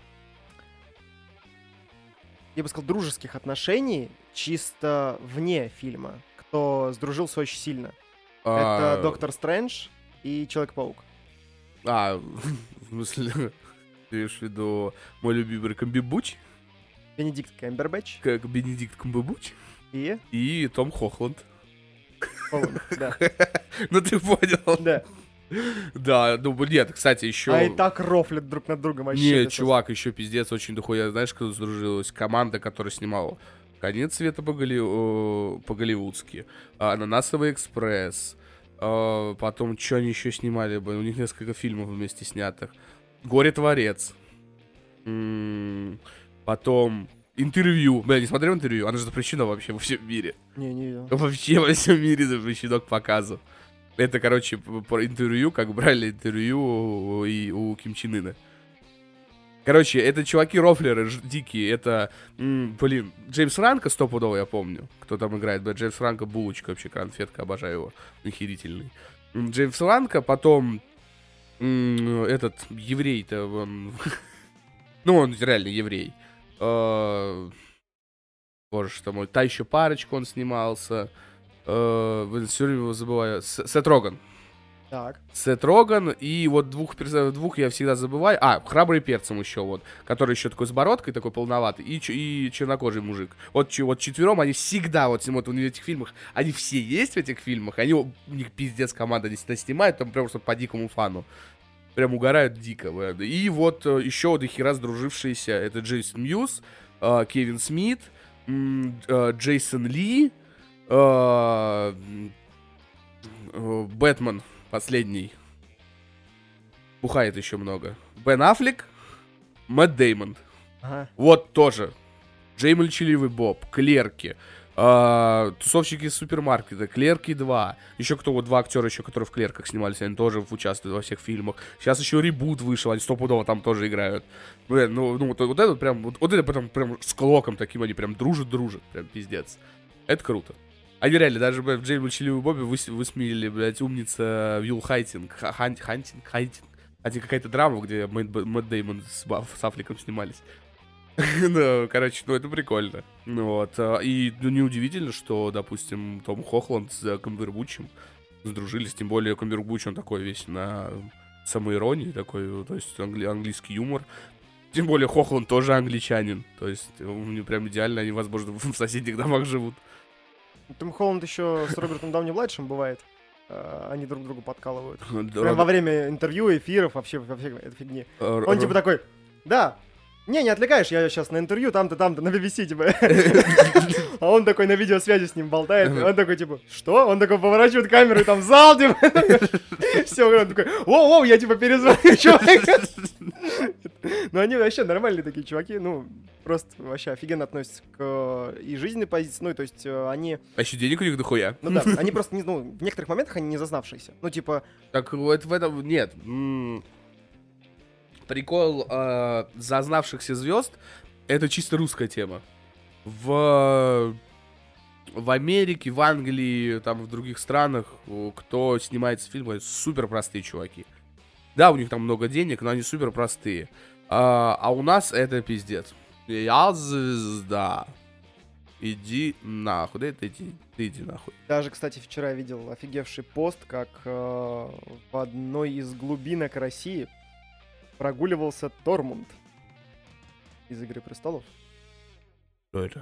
Speaker 2: я бы сказал, дружеских отношений, чисто вне фильма, кто сдружился очень сильно.
Speaker 1: А...
Speaker 2: Это Доктор Стрэндж и Человек-паук.
Speaker 1: А, в смысле, ты имеешь в виду мой любимый Камбербэтч?
Speaker 2: Бенедикт Камбербэтч.
Speaker 1: Как Бенедикт Камбербэтч.
Speaker 2: И?
Speaker 1: И Том Хохланд.
Speaker 2: Холланд, да.
Speaker 1: Ну ты понял.
Speaker 2: Да.
Speaker 1: Да, ну нет, кстати, еще...
Speaker 2: А и так рофлят друг над другом вообще.
Speaker 1: Нет, чувак, еще пиздец, очень дохуя. Знаешь, кто сдружилась? Команда, которая снимала «Конец света» по-голли... по-голливудски, «Ананасовый экспресс», потом, что они еще снимали? У них несколько фильмов вместе снятых. «Горе-творец». Потом «Интервью». Бля, не смотрел «Интервью»? Оно же запрещено вообще во всем мире.
Speaker 2: Не, не видел.
Speaker 1: Вообще во всем мире запрещено к показу. Это, короче, про интервью, как брали интервью у, и у Ким Чен Ына. Короче, это чуваки-рофлеры дикие. Это, м, блин, Джеймс Франко стопудово, я помню. Кто там играет. Да, Джеймс Франко булочка, вообще конфетка, обожаю его. Охерительный. Джеймс Франко, потом м, этот еврей-то, он... ну, он реально еврей. Боже что мой. Та еще парочку он снимался. Uh, все время его забываю. С- Сет Роган.
Speaker 2: Так.
Speaker 1: Сет Роган. И вот двух, двух я всегда забываю. А, храбрый перцем еще вот. Который еще такой с бородкой, такой полноватый. И, и чернокожий мужик. Вот, вот четвером они всегда, вот, вот в этих фильмах, они все есть в этих фильмах. Они, у них пиздец команда, они всегда снимают, там прям просто по дикому фану. Прям угорают дико. И вот еще до хера сдружившиеся. Это Джейсон Мьюз, Кевин Смит, Джейсон Ли, Бэтмен последний. Бухает еще много. Бен Аффлек, Мэтт Дэймон.
Speaker 2: Ага.
Speaker 1: Вот тоже. Джей Молчаливый Боб, Клерки, э, Тусовщики из супермаркета, Клерки два. Еще кто, вот два актера еще, которые в Клерках снимались, они тоже участвуют во всех фильмах. Сейчас еще ребут вышел, они стопудово там тоже играют. Блин, ну, ну вот, вот это прям, вот, вот это прям, прям с Клоком таким они прям дружат-дружат, прям пиздец. Это круто. Они реально, даже, блядь, в Джей Молчаливый Бобби выс- высмеяли, блядь, умница Вилл Хайтинг, Хантинг, Хантинг, Хайтинг. Это какая-то драма, где Мэтт, Мэтт Дэймон с, с Аффлеком снимались. Ну, короче, ну это прикольно. Ну вот. И ну, неудивительно, что, допустим, Том Хохланд с Камбербэтчем сдружились. Тем более Камбербэтч, он такой весь на самоиронии, такой, то есть англи- английский юмор. Тем более Хохланд тоже англичанин. То есть у них прям идеально, они, возможно, в соседних домах живут.
Speaker 2: Том Холланд еще с Робертом Дауни-младшим бывает. Они друг другу подкалывают.
Speaker 1: Да,
Speaker 2: Прям во время интервью, эфиров, вообще во всей этой фигне.
Speaker 1: Р-
Speaker 2: Он
Speaker 1: р-
Speaker 2: типа такой, да, не, не отвлекаешь, я сейчас на интервью, там-то, там-то, на би би си, типа. А он такой на видеосвязи с ним болтает, он такой, типа, что? Он такой поворачивает камеру, и там зал, типа. Все, он такой, воу-воу, я типа перезвоню, чувак. Ну, они вообще нормальные такие чуваки, ну, просто вообще офигенно относятся к и жизненной позиции, ну, то есть они...
Speaker 1: А еще денег у них дохуя.
Speaker 2: Ну да, они просто, не, ну, в некоторых моментах они не зазнавшиеся. Ну, типа...
Speaker 1: Так вот в этом... Нет. М- Прикол э, зазнавшихся звезд — это чисто русская тема. В... В Америке, в Англии, там, в других странах, кто снимается в фильмах, супер простые чуваки. Да, у них там много денег, но они супер простые. А, а у нас это пиздец. Я звезда. Иди нахуй. Да это иди, ты иди нахуй.
Speaker 2: Даже, кстати, вчера видел офигевший пост, как э, в одной из глубинок России прогуливался Тормунд из «Игры престолов».
Speaker 1: Что это?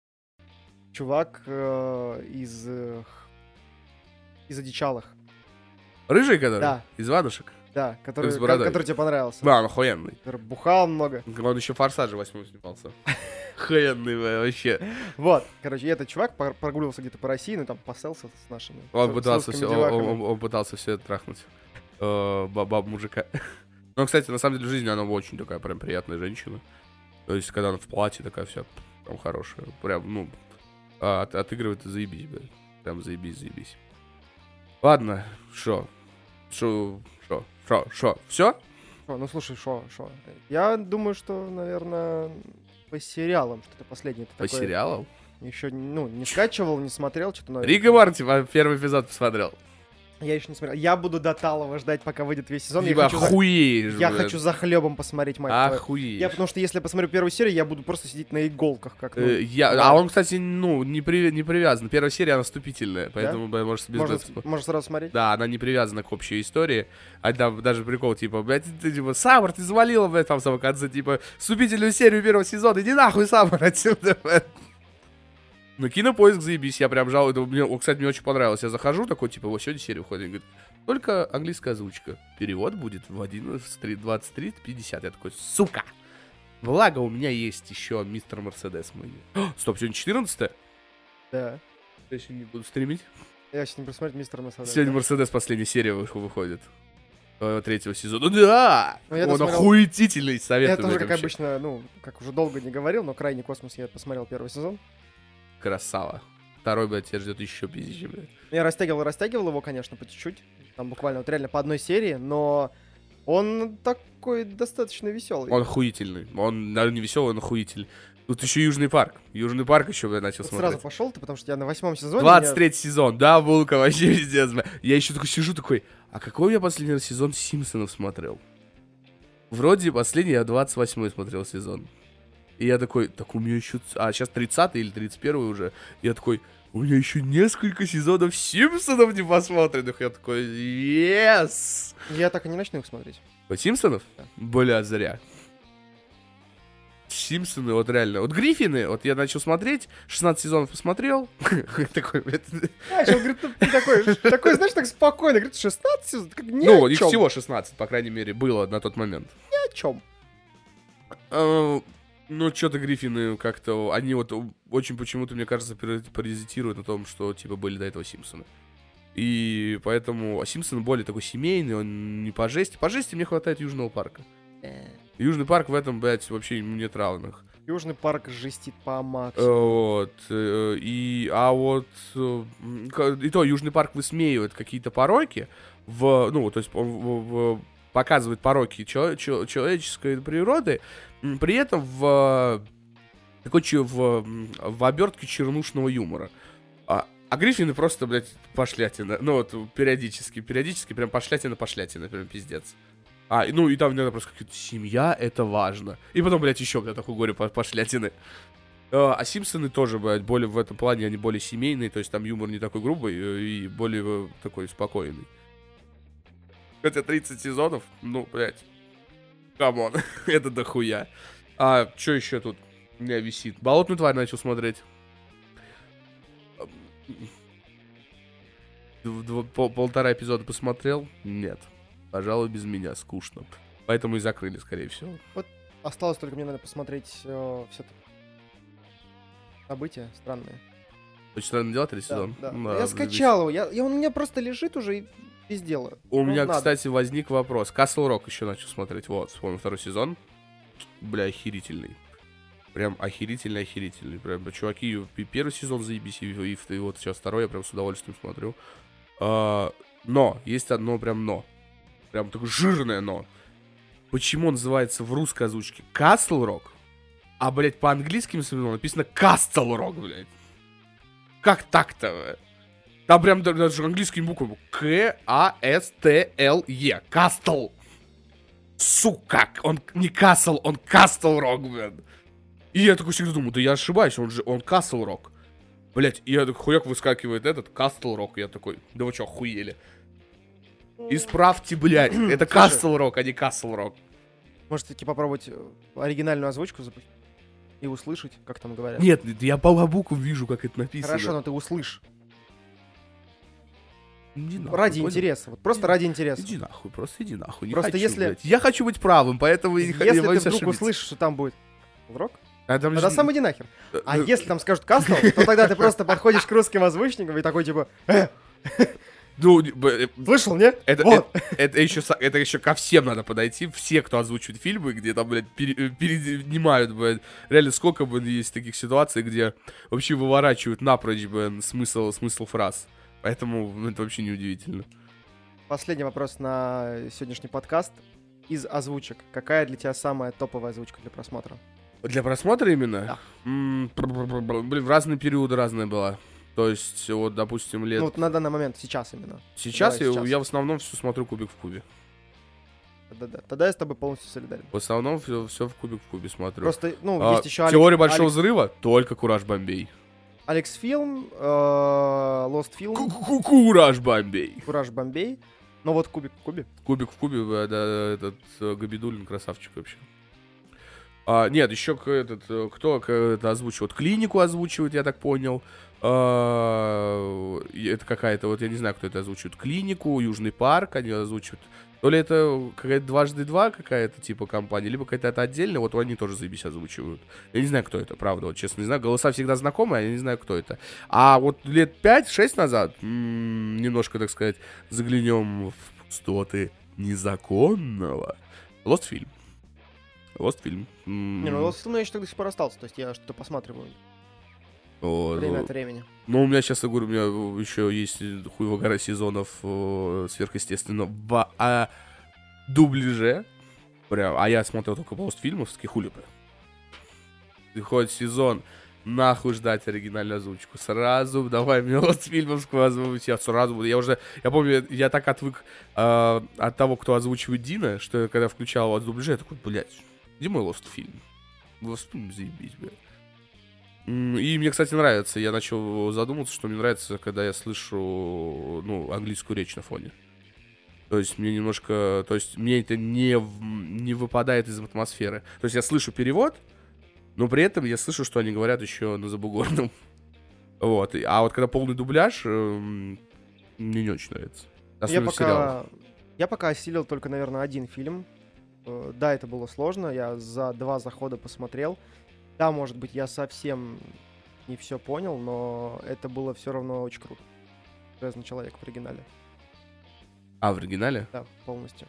Speaker 2: Чувак э, из... Э, из «Одичалых».
Speaker 1: Рыжий, который?
Speaker 2: Да.
Speaker 1: Из «Ванушек»?
Speaker 2: Да, который,
Speaker 1: С
Speaker 2: ко-
Speaker 1: бородой.
Speaker 2: который тебе понравился.
Speaker 1: Да, он охуенный.
Speaker 2: Который бухал много.
Speaker 1: Он еще в «Форсаже» восьмом снимался. Охуенный, бля, вообще.
Speaker 2: Вот, короче, этот чувак пор- прогуливался где-то по России, ну там поселся с нашими.
Speaker 1: Он
Speaker 2: с- с
Speaker 1: пытался,
Speaker 2: русскими
Speaker 1: все, он,
Speaker 2: девахами.
Speaker 1: он- он пытался все это трахнуть. Э, ба- Баб мужика. Ну, кстати, на самом деле в жизни она очень такая прям приятная женщина. То есть, когда она в платье такая вся прям хорошая. Прям, ну, а, от- отыгрывает и заебись, блядь. Прям заебись, заебись. Ладно, шо? Шо? Шо? Шо? Шо? Все?
Speaker 2: Шо, ну слушай, шо, шо. Я думаю, что, наверное, по сериалам что-то последнее.
Speaker 1: По сериалам?
Speaker 2: Еще, ну, не скачивал, не смотрел, что-то новое.
Speaker 1: Рик и Морти а, первый эпизод посмотрел.
Speaker 2: Я еще не смотрел. Я буду до Талова ждать, пока выйдет весь сезон. Я
Speaker 1: Типа
Speaker 2: хочу, за...
Speaker 1: охуеешь,
Speaker 2: я
Speaker 1: блядь.
Speaker 2: хочу за хлебом посмотреть, мать твою.
Speaker 1: Охуеешь.
Speaker 2: Я, потому что если я посмотрю первую серию, я буду просто сидеть на иголках, как, ну,
Speaker 1: Э, я,
Speaker 2: да.
Speaker 1: а он, кстати, ну, не, при, не привязан. Первая серия, она вступительная, поэтому, бля, можешь без
Speaker 2: можно,
Speaker 1: этого-
Speaker 2: можно сразу смотреть.
Speaker 1: Да, она не привязана к общей истории. А там даже прикол, типа, блядь, ты, типа, Саммер, ты завалила, блядь, там, в самом конце, типа, вступительную серию первого сезона, иди нахуй, Саммер, отсюда, блядь. Ну, Кинопоиск, заебись, я прям жалую. Это мне, о, кстати, мне очень понравилось. Я захожу, такой, типа, вот сегодня серия выходит. Они говорят, только английская озвучка. Перевод будет в одиннадцать двадцать три пятьдесят. Я такой, сука! Благо, у меня есть еще мистер Мерседес. Мы... О, стоп, сегодня четырнадцатое?
Speaker 2: Да.
Speaker 1: Я еще не буду стримить.
Speaker 2: Я сейчас не буду смотреть мистера Мерседес.
Speaker 1: Сегодня Мерседес последняя серия вы- выходит. э, Третьего сезона. Да!
Speaker 2: Ну, я
Speaker 1: Он
Speaker 2: досмотрел-
Speaker 1: охуетительный,
Speaker 2: Я
Speaker 1: советую.
Speaker 2: тоже,
Speaker 1: блядь,
Speaker 2: как
Speaker 1: вообще.
Speaker 2: обычно, ну, как уже долго не говорил, но «Крайний космос» я посмотрел первый сезон.
Speaker 1: Красава. Второй, блядь, тебя ждет еще пиздище, блядь.
Speaker 2: Я растягивал, растягивал его, конечно, по чуть-чуть. Там буквально вот реально по одной серии, но он такой достаточно веселый.
Speaker 1: Он охуительный. Он, наверное, не веселый, он охуительный. Тут еще Южный парк. Южный парк еще я начал
Speaker 2: Вот
Speaker 1: смотреть.
Speaker 2: сразу пошел ты, потому что я на восьмом сезоне...
Speaker 1: двадцать
Speaker 2: я-
Speaker 1: третий сезон, да, Булка, вообще пиздец, бля. Я еще такой сижу такой, а какой я последний раз сезон Симпсонов смотрел? Вроде последний я двадцать восьмой смотрел сезон. И я такой, так у меня еще... А, сейчас тридцатый или тридцать первый уже. Я такой, у меня еще несколько сезонов Симпсонов не посмотренных. Я такой, yes!
Speaker 2: Я так и не начну их смотреть.
Speaker 1: По Симпсонов?
Speaker 2: Да.
Speaker 1: Бля, зря. Симпсоны, вот реально. Вот Гриффины, вот я начал смотреть, шестнадцать сезонов посмотрел. Такой, блядь.
Speaker 2: Начал, говорит, ну, ты такой, такой, знаешь, так спокойно. Говорит, шестнадцать сезонов? Как ни
Speaker 1: Ну,
Speaker 2: о
Speaker 1: их
Speaker 2: чем.
Speaker 1: всего шестнадцать, по крайней мере, было на тот момент.
Speaker 2: Ни о чем.
Speaker 1: А, Ну, что-то Гриффины как-то, они вот очень почему-то, мне кажется, пари- паразитируют на том, что, типа, были до этого Симпсоны. И поэтому, а Симпсон более такой семейный, он не по жести. По жести мне хватает Южного парка. Южный парк в этом, блядь, вообще ему нет равных.
Speaker 2: Южный парк жестит по
Speaker 1: Э,
Speaker 2: максимуму.
Speaker 1: Вот. э, И, а вот, э, м, ка- и то, Южный парк высмеивает какие-то пороки, в, ну, то есть он в- в- показывает пороки чело- чел- человеческой природы, м, при этом в такой че- в, м, в обертке чернушного юмора. А, а Гриффины просто, блядь, пошлятина. Ну, вот, периодически, периодически прям пошлятина-пошлятина, прям пиздец. А, и, ну, и там иногда просто какая-то семья, это важно. И потом, блядь, еще когда такой горе по- пошлятины. А, а Симпсоны тоже, блядь, более в этом плане, они более семейные, то есть там юмор не такой грубый э, и более э, такой спокойный. Хотя тридцать сезонов, ну, блядь, камон, это дохуя. А, что еще тут у меня висит? Болотную тварь начал смотреть. Дв- дв- пол- полтора эпизода посмотрел? Нет. Пожалуй, без меня, скучно. Поэтому и закрыли, скорее всего.
Speaker 2: Осталось только мне надо посмотреть все таки события странные.
Speaker 1: Очень странно дела, третий
Speaker 2: Да,
Speaker 1: сезон?
Speaker 2: да.
Speaker 1: Ну,
Speaker 2: я
Speaker 1: да,
Speaker 2: скачал его, я, и он у меня просто лежит уже и без дела.
Speaker 1: У
Speaker 2: Ну,
Speaker 1: меня,
Speaker 2: надо.
Speaker 1: кстати, возник вопрос. Castle Rock еще начал смотреть. Вот, вспомнил второй сезон. Бля, охерительный. Прям охерительный, охерительный. Прям, чуваки, и первый сезон заебись, и, и, и вот сейчас второй я прям с удовольствием смотрю. А, но, есть одно прям но. Прям такое жирное но. Почему он называется в русской озвучке Castle Rock, а, блядь, по-английски написано Castle Rock, блядь? Как так-то, блядь? Там прям да- даже английскими буквами. К-А-С-Т-Л-Е. Кастл. Сука. Он не Касл, он Кастл Рок, блин. И я такой всегда думаю, да я ошибаюсь, он же, он Касл Рок. Блять, и я такой, хуяк выскакивает этот, Кастл Рок. Я такой, да вы чё, охуели? Исправьте, блядь, это Кастл Рок, а не Касл Рок.
Speaker 2: Может, таки попробовать э, оригинальную озвучку запустить и услышать, как там говорят.
Speaker 1: Нет, я по буквам вижу, как это написано.
Speaker 2: Хорошо, но ты услышь.
Speaker 1: Иди нахуй,
Speaker 2: Ради
Speaker 1: понял?
Speaker 2: интереса. Вот просто
Speaker 1: Иди-
Speaker 2: ради интереса.
Speaker 1: Иди нахуй, просто иди нахуй. Не
Speaker 2: Просто
Speaker 1: хочу,
Speaker 2: если-
Speaker 1: блядь. Я хочу быть правым, поэтому я не х- я
Speaker 2: Если ты
Speaker 1: боюсь
Speaker 2: вдруг
Speaker 1: ошибиться.
Speaker 2: услышишь, что там будет Рок,
Speaker 1: А там
Speaker 2: тогда
Speaker 1: же-
Speaker 2: сам иди нахер. А
Speaker 1: э,
Speaker 2: если там скажут Кастл, то тогда ты просто подходишь к русским озвучникам и такой типа, «Э,
Speaker 1: ну, б- э,
Speaker 2: слышал, не?
Speaker 1: это,
Speaker 2: Вот.
Speaker 1: это, это еще, со- это еще ко всем надо подойти. Все, кто озвучивает фильмы, где там, блядь, пере- э, перенимают, блядь. Реально, сколько, блядь, есть таких ситуаций, где вообще выворачивают напрочь, блядь, смысл, смысл фраз. Поэтому ну, это вообще неудивительно.
Speaker 2: Последний вопрос на сегодняшний подкаст. Из озвучек, какая для тебя самая топовая озвучка для просмотра?
Speaker 1: Для просмотра именно?
Speaker 2: Да.
Speaker 1: М, пр-пр-пр-пр. Блин, в разные периоды разная была. То есть, вот, допустим, лет...
Speaker 2: Ну вот на данный момент, сейчас именно.
Speaker 1: Сейчас,
Speaker 2: давай
Speaker 1: я,
Speaker 2: сейчас.
Speaker 1: я в основном все смотрю кубик в кубе.
Speaker 2: Да-да. Тогда я с тобой полностью солидарен.
Speaker 1: В основном все, все в кубик в кубе смотрю.
Speaker 2: Просто, ну,
Speaker 1: А,
Speaker 2: есть еще
Speaker 1: Теория
Speaker 2: Алекс,
Speaker 1: Большого
Speaker 2: Алекс,
Speaker 1: Взрыва только Кураж Бомбей.
Speaker 2: Алекс Фильм, э, Lost Film,
Speaker 1: Ку-ку- Кураж Бомбей.
Speaker 2: Кураж Бомбей. Но вот Кубик в Кубе.
Speaker 1: Кубик в кубе, э, да, этот э, Габидуллин красавчик вообще. А, нет, еще к- этот, э, кто к- это озвучивает? Клинику озвучивает, я так понял. А, и это какая-то, вот я не знаю, кто это озвучивает. Клинику, Южный парк они озвучивают. То ли это какая-то дважды два какая-то типа компания, либо какая-то это отдельная, вот они тоже заебись озвучивают. Я не знаю, кто это, правда, вот честно не знаю. Голоса всегда знакомые, а я не знаю, кто это. А вот лет пять-шесть назад, м, немножко, так сказать, заглянем в пустоты незаконного. Lost Film. Lost Film. М,
Speaker 2: Не, ну Lost Film я еще до сих пор остался, то есть я что-то посматриваю
Speaker 1: вот,
Speaker 2: время
Speaker 1: ну,
Speaker 2: от времени.
Speaker 1: Ну, у меня сейчас, я говорю, у меня еще есть хуево гора сезонов э, сверхъестественно в а, дубляже. Прям, а я смотрел только Lost фильмовские, хули бы. Приходит сезон, нахуй ждать оригинальную озвучку. Сразу давай мне Lost фильмовскую озвучку. Я сразу буду. Я уже, я помню, я так отвык э, от того, кто озвучивает Дина, что я когда включал его от дубляжа, я такой, блядь, где мой Lost фильм? Lost фильм, заебись, блядь. М, И мне, кстати, нравится. Я начал задумываться, что мне нравится, когда я слышу, ну, английскую речь на фоне. То есть мне немножко... То есть мне это не, в- не выпадает из атмосферы. То есть я слышу перевод, но при этом я слышу, что они говорят еще на забугорном. Вот. И- А вот когда полный дубляж, эм, мне не очень нравится.
Speaker 2: Я
Speaker 1: Особенно в сериалах.
Speaker 2: пока, я пока осилил только, наверное, один фильм. Э, Да, это было сложно, я за два захода посмотрел. Да, может быть, я совсем не все понял, но это было все равно очень круто. Железный человек в оригинале.
Speaker 1: А, в оригинале?
Speaker 2: Да, полностью.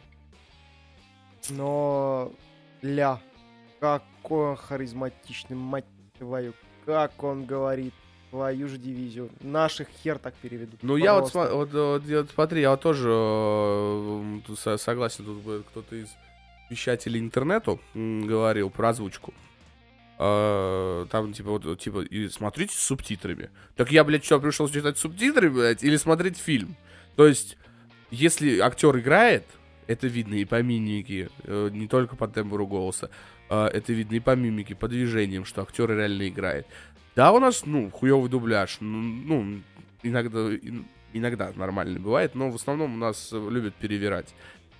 Speaker 2: Но ля, какой он харизматичный, мать твою, как он говорит, твою же дивизию. Наших хер так переведут.
Speaker 1: Ну, я вот,
Speaker 2: Просто.
Speaker 1: сма- вот, вот, я вот смотри, я вот тоже э, тут со- согласен, тут бы кто-то из вещателей интернету м, говорил про озвучку. Э, Там, типа, вот, типа, и смотрите с субтитрами. Так я, блядь, что, пришел читать субтитры, блядь, или смотреть фильм? То есть, если актер играет, это видно и по мимике, э, не только по тембру голоса, э, это видно и по мимике, по движениям, что актер реально играет. Да, у нас, ну, хуёвый дубляж, ну, ну, иногда, ин- иногда нормально бывает, но в основном у нас э, любят перевирать.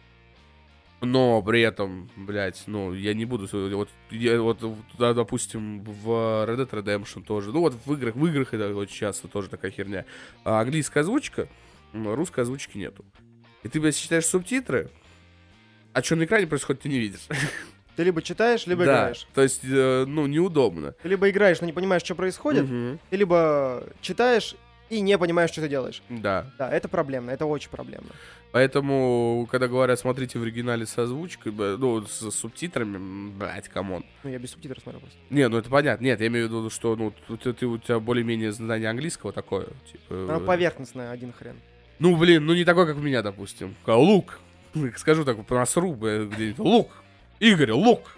Speaker 1: Но при этом, блядь, ну, я не буду... с- Вот, я, вот да, допустим, в Red Dead Redemption тоже. Ну, вот в играх, в играх это очень часто тоже такая херня. А английская озвучка, м, русской озвучки нету. И ты, блядь, читаешь субтитры, а что на экране происходит, ты не видишь.
Speaker 2: Ты либо читаешь, либо
Speaker 1: Да,
Speaker 2: играешь.
Speaker 1: то есть, э, ну, неудобно.
Speaker 2: Ты либо играешь, но не понимаешь, что происходит,
Speaker 1: Мгм.
Speaker 2: ты либо читаешь и не понимаешь, что ты делаешь.
Speaker 1: Да.
Speaker 2: Да, это проблемно, это очень проблемно.
Speaker 1: Поэтому, когда говорят, смотрите в оригинале с озвучкой, б- ну, с субтитрами, м, блядь, камон.
Speaker 2: Ну, я без субтитров смотрю просто.
Speaker 1: Не, ну это понятно. Нет, я имею в виду, что, ну, ты, ты- у тебя более-менее знание английского такое. Типа,
Speaker 2: Она
Speaker 1: э,
Speaker 2: поверхностная, один хрен.
Speaker 1: Ну, блин, ну не такой, как у меня, допустим. Ка- Лук. Скажу так, насру б- где-нибудь. Лук. Игорь, лук.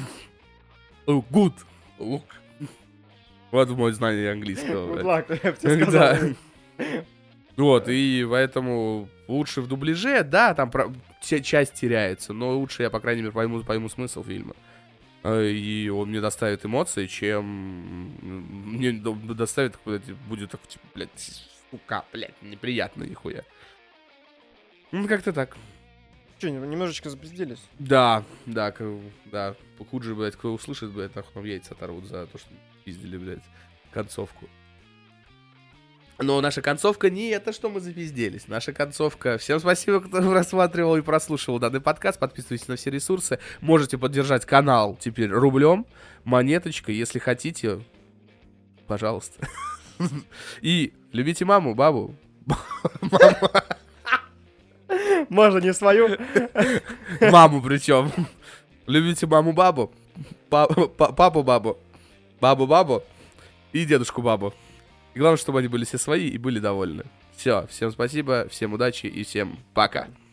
Speaker 1: Лук, good. Лук. Вот мое знание английского. блядь.
Speaker 2: ладно, я бы тебе
Speaker 1: Да.
Speaker 2: сказал.
Speaker 1: Вот, и поэтому лучше в дубляже, да, там про- те- часть теряется, но лучше я, по крайней мере, пойму, пойму смысл фильма. Э, И он мне доставит эмоции, чем м, мне до- доставит, блядь, будет так, типа, блядь, сука, блядь, неприятно нихуя. Ну, как-то так.
Speaker 2: Че, немножечко запизделись?
Speaker 1: Да, да, к- да, хуже, блядь, кто услышит, блядь, нахуй нам яйца оторвут за то, что пиздили, блядь, концовку. Но наша концовка не это, что мы запизделись. Наша концовка... Всем спасибо, кто рассматривал и прослушивал данный подкаст. Подписывайтесь на все ресурсы. Можете поддержать канал теперь рублем, монеточкой, если хотите. Пожалуйста. И любите маму, бабу.
Speaker 2: Можно не свою.
Speaker 1: Маму причем. Любите маму-бабу, папу-бабу, бабу-бабу и дедушку-бабу. И главное, чтобы они были все свои и были довольны. Все, всем спасибо, всем удачи и всем пока.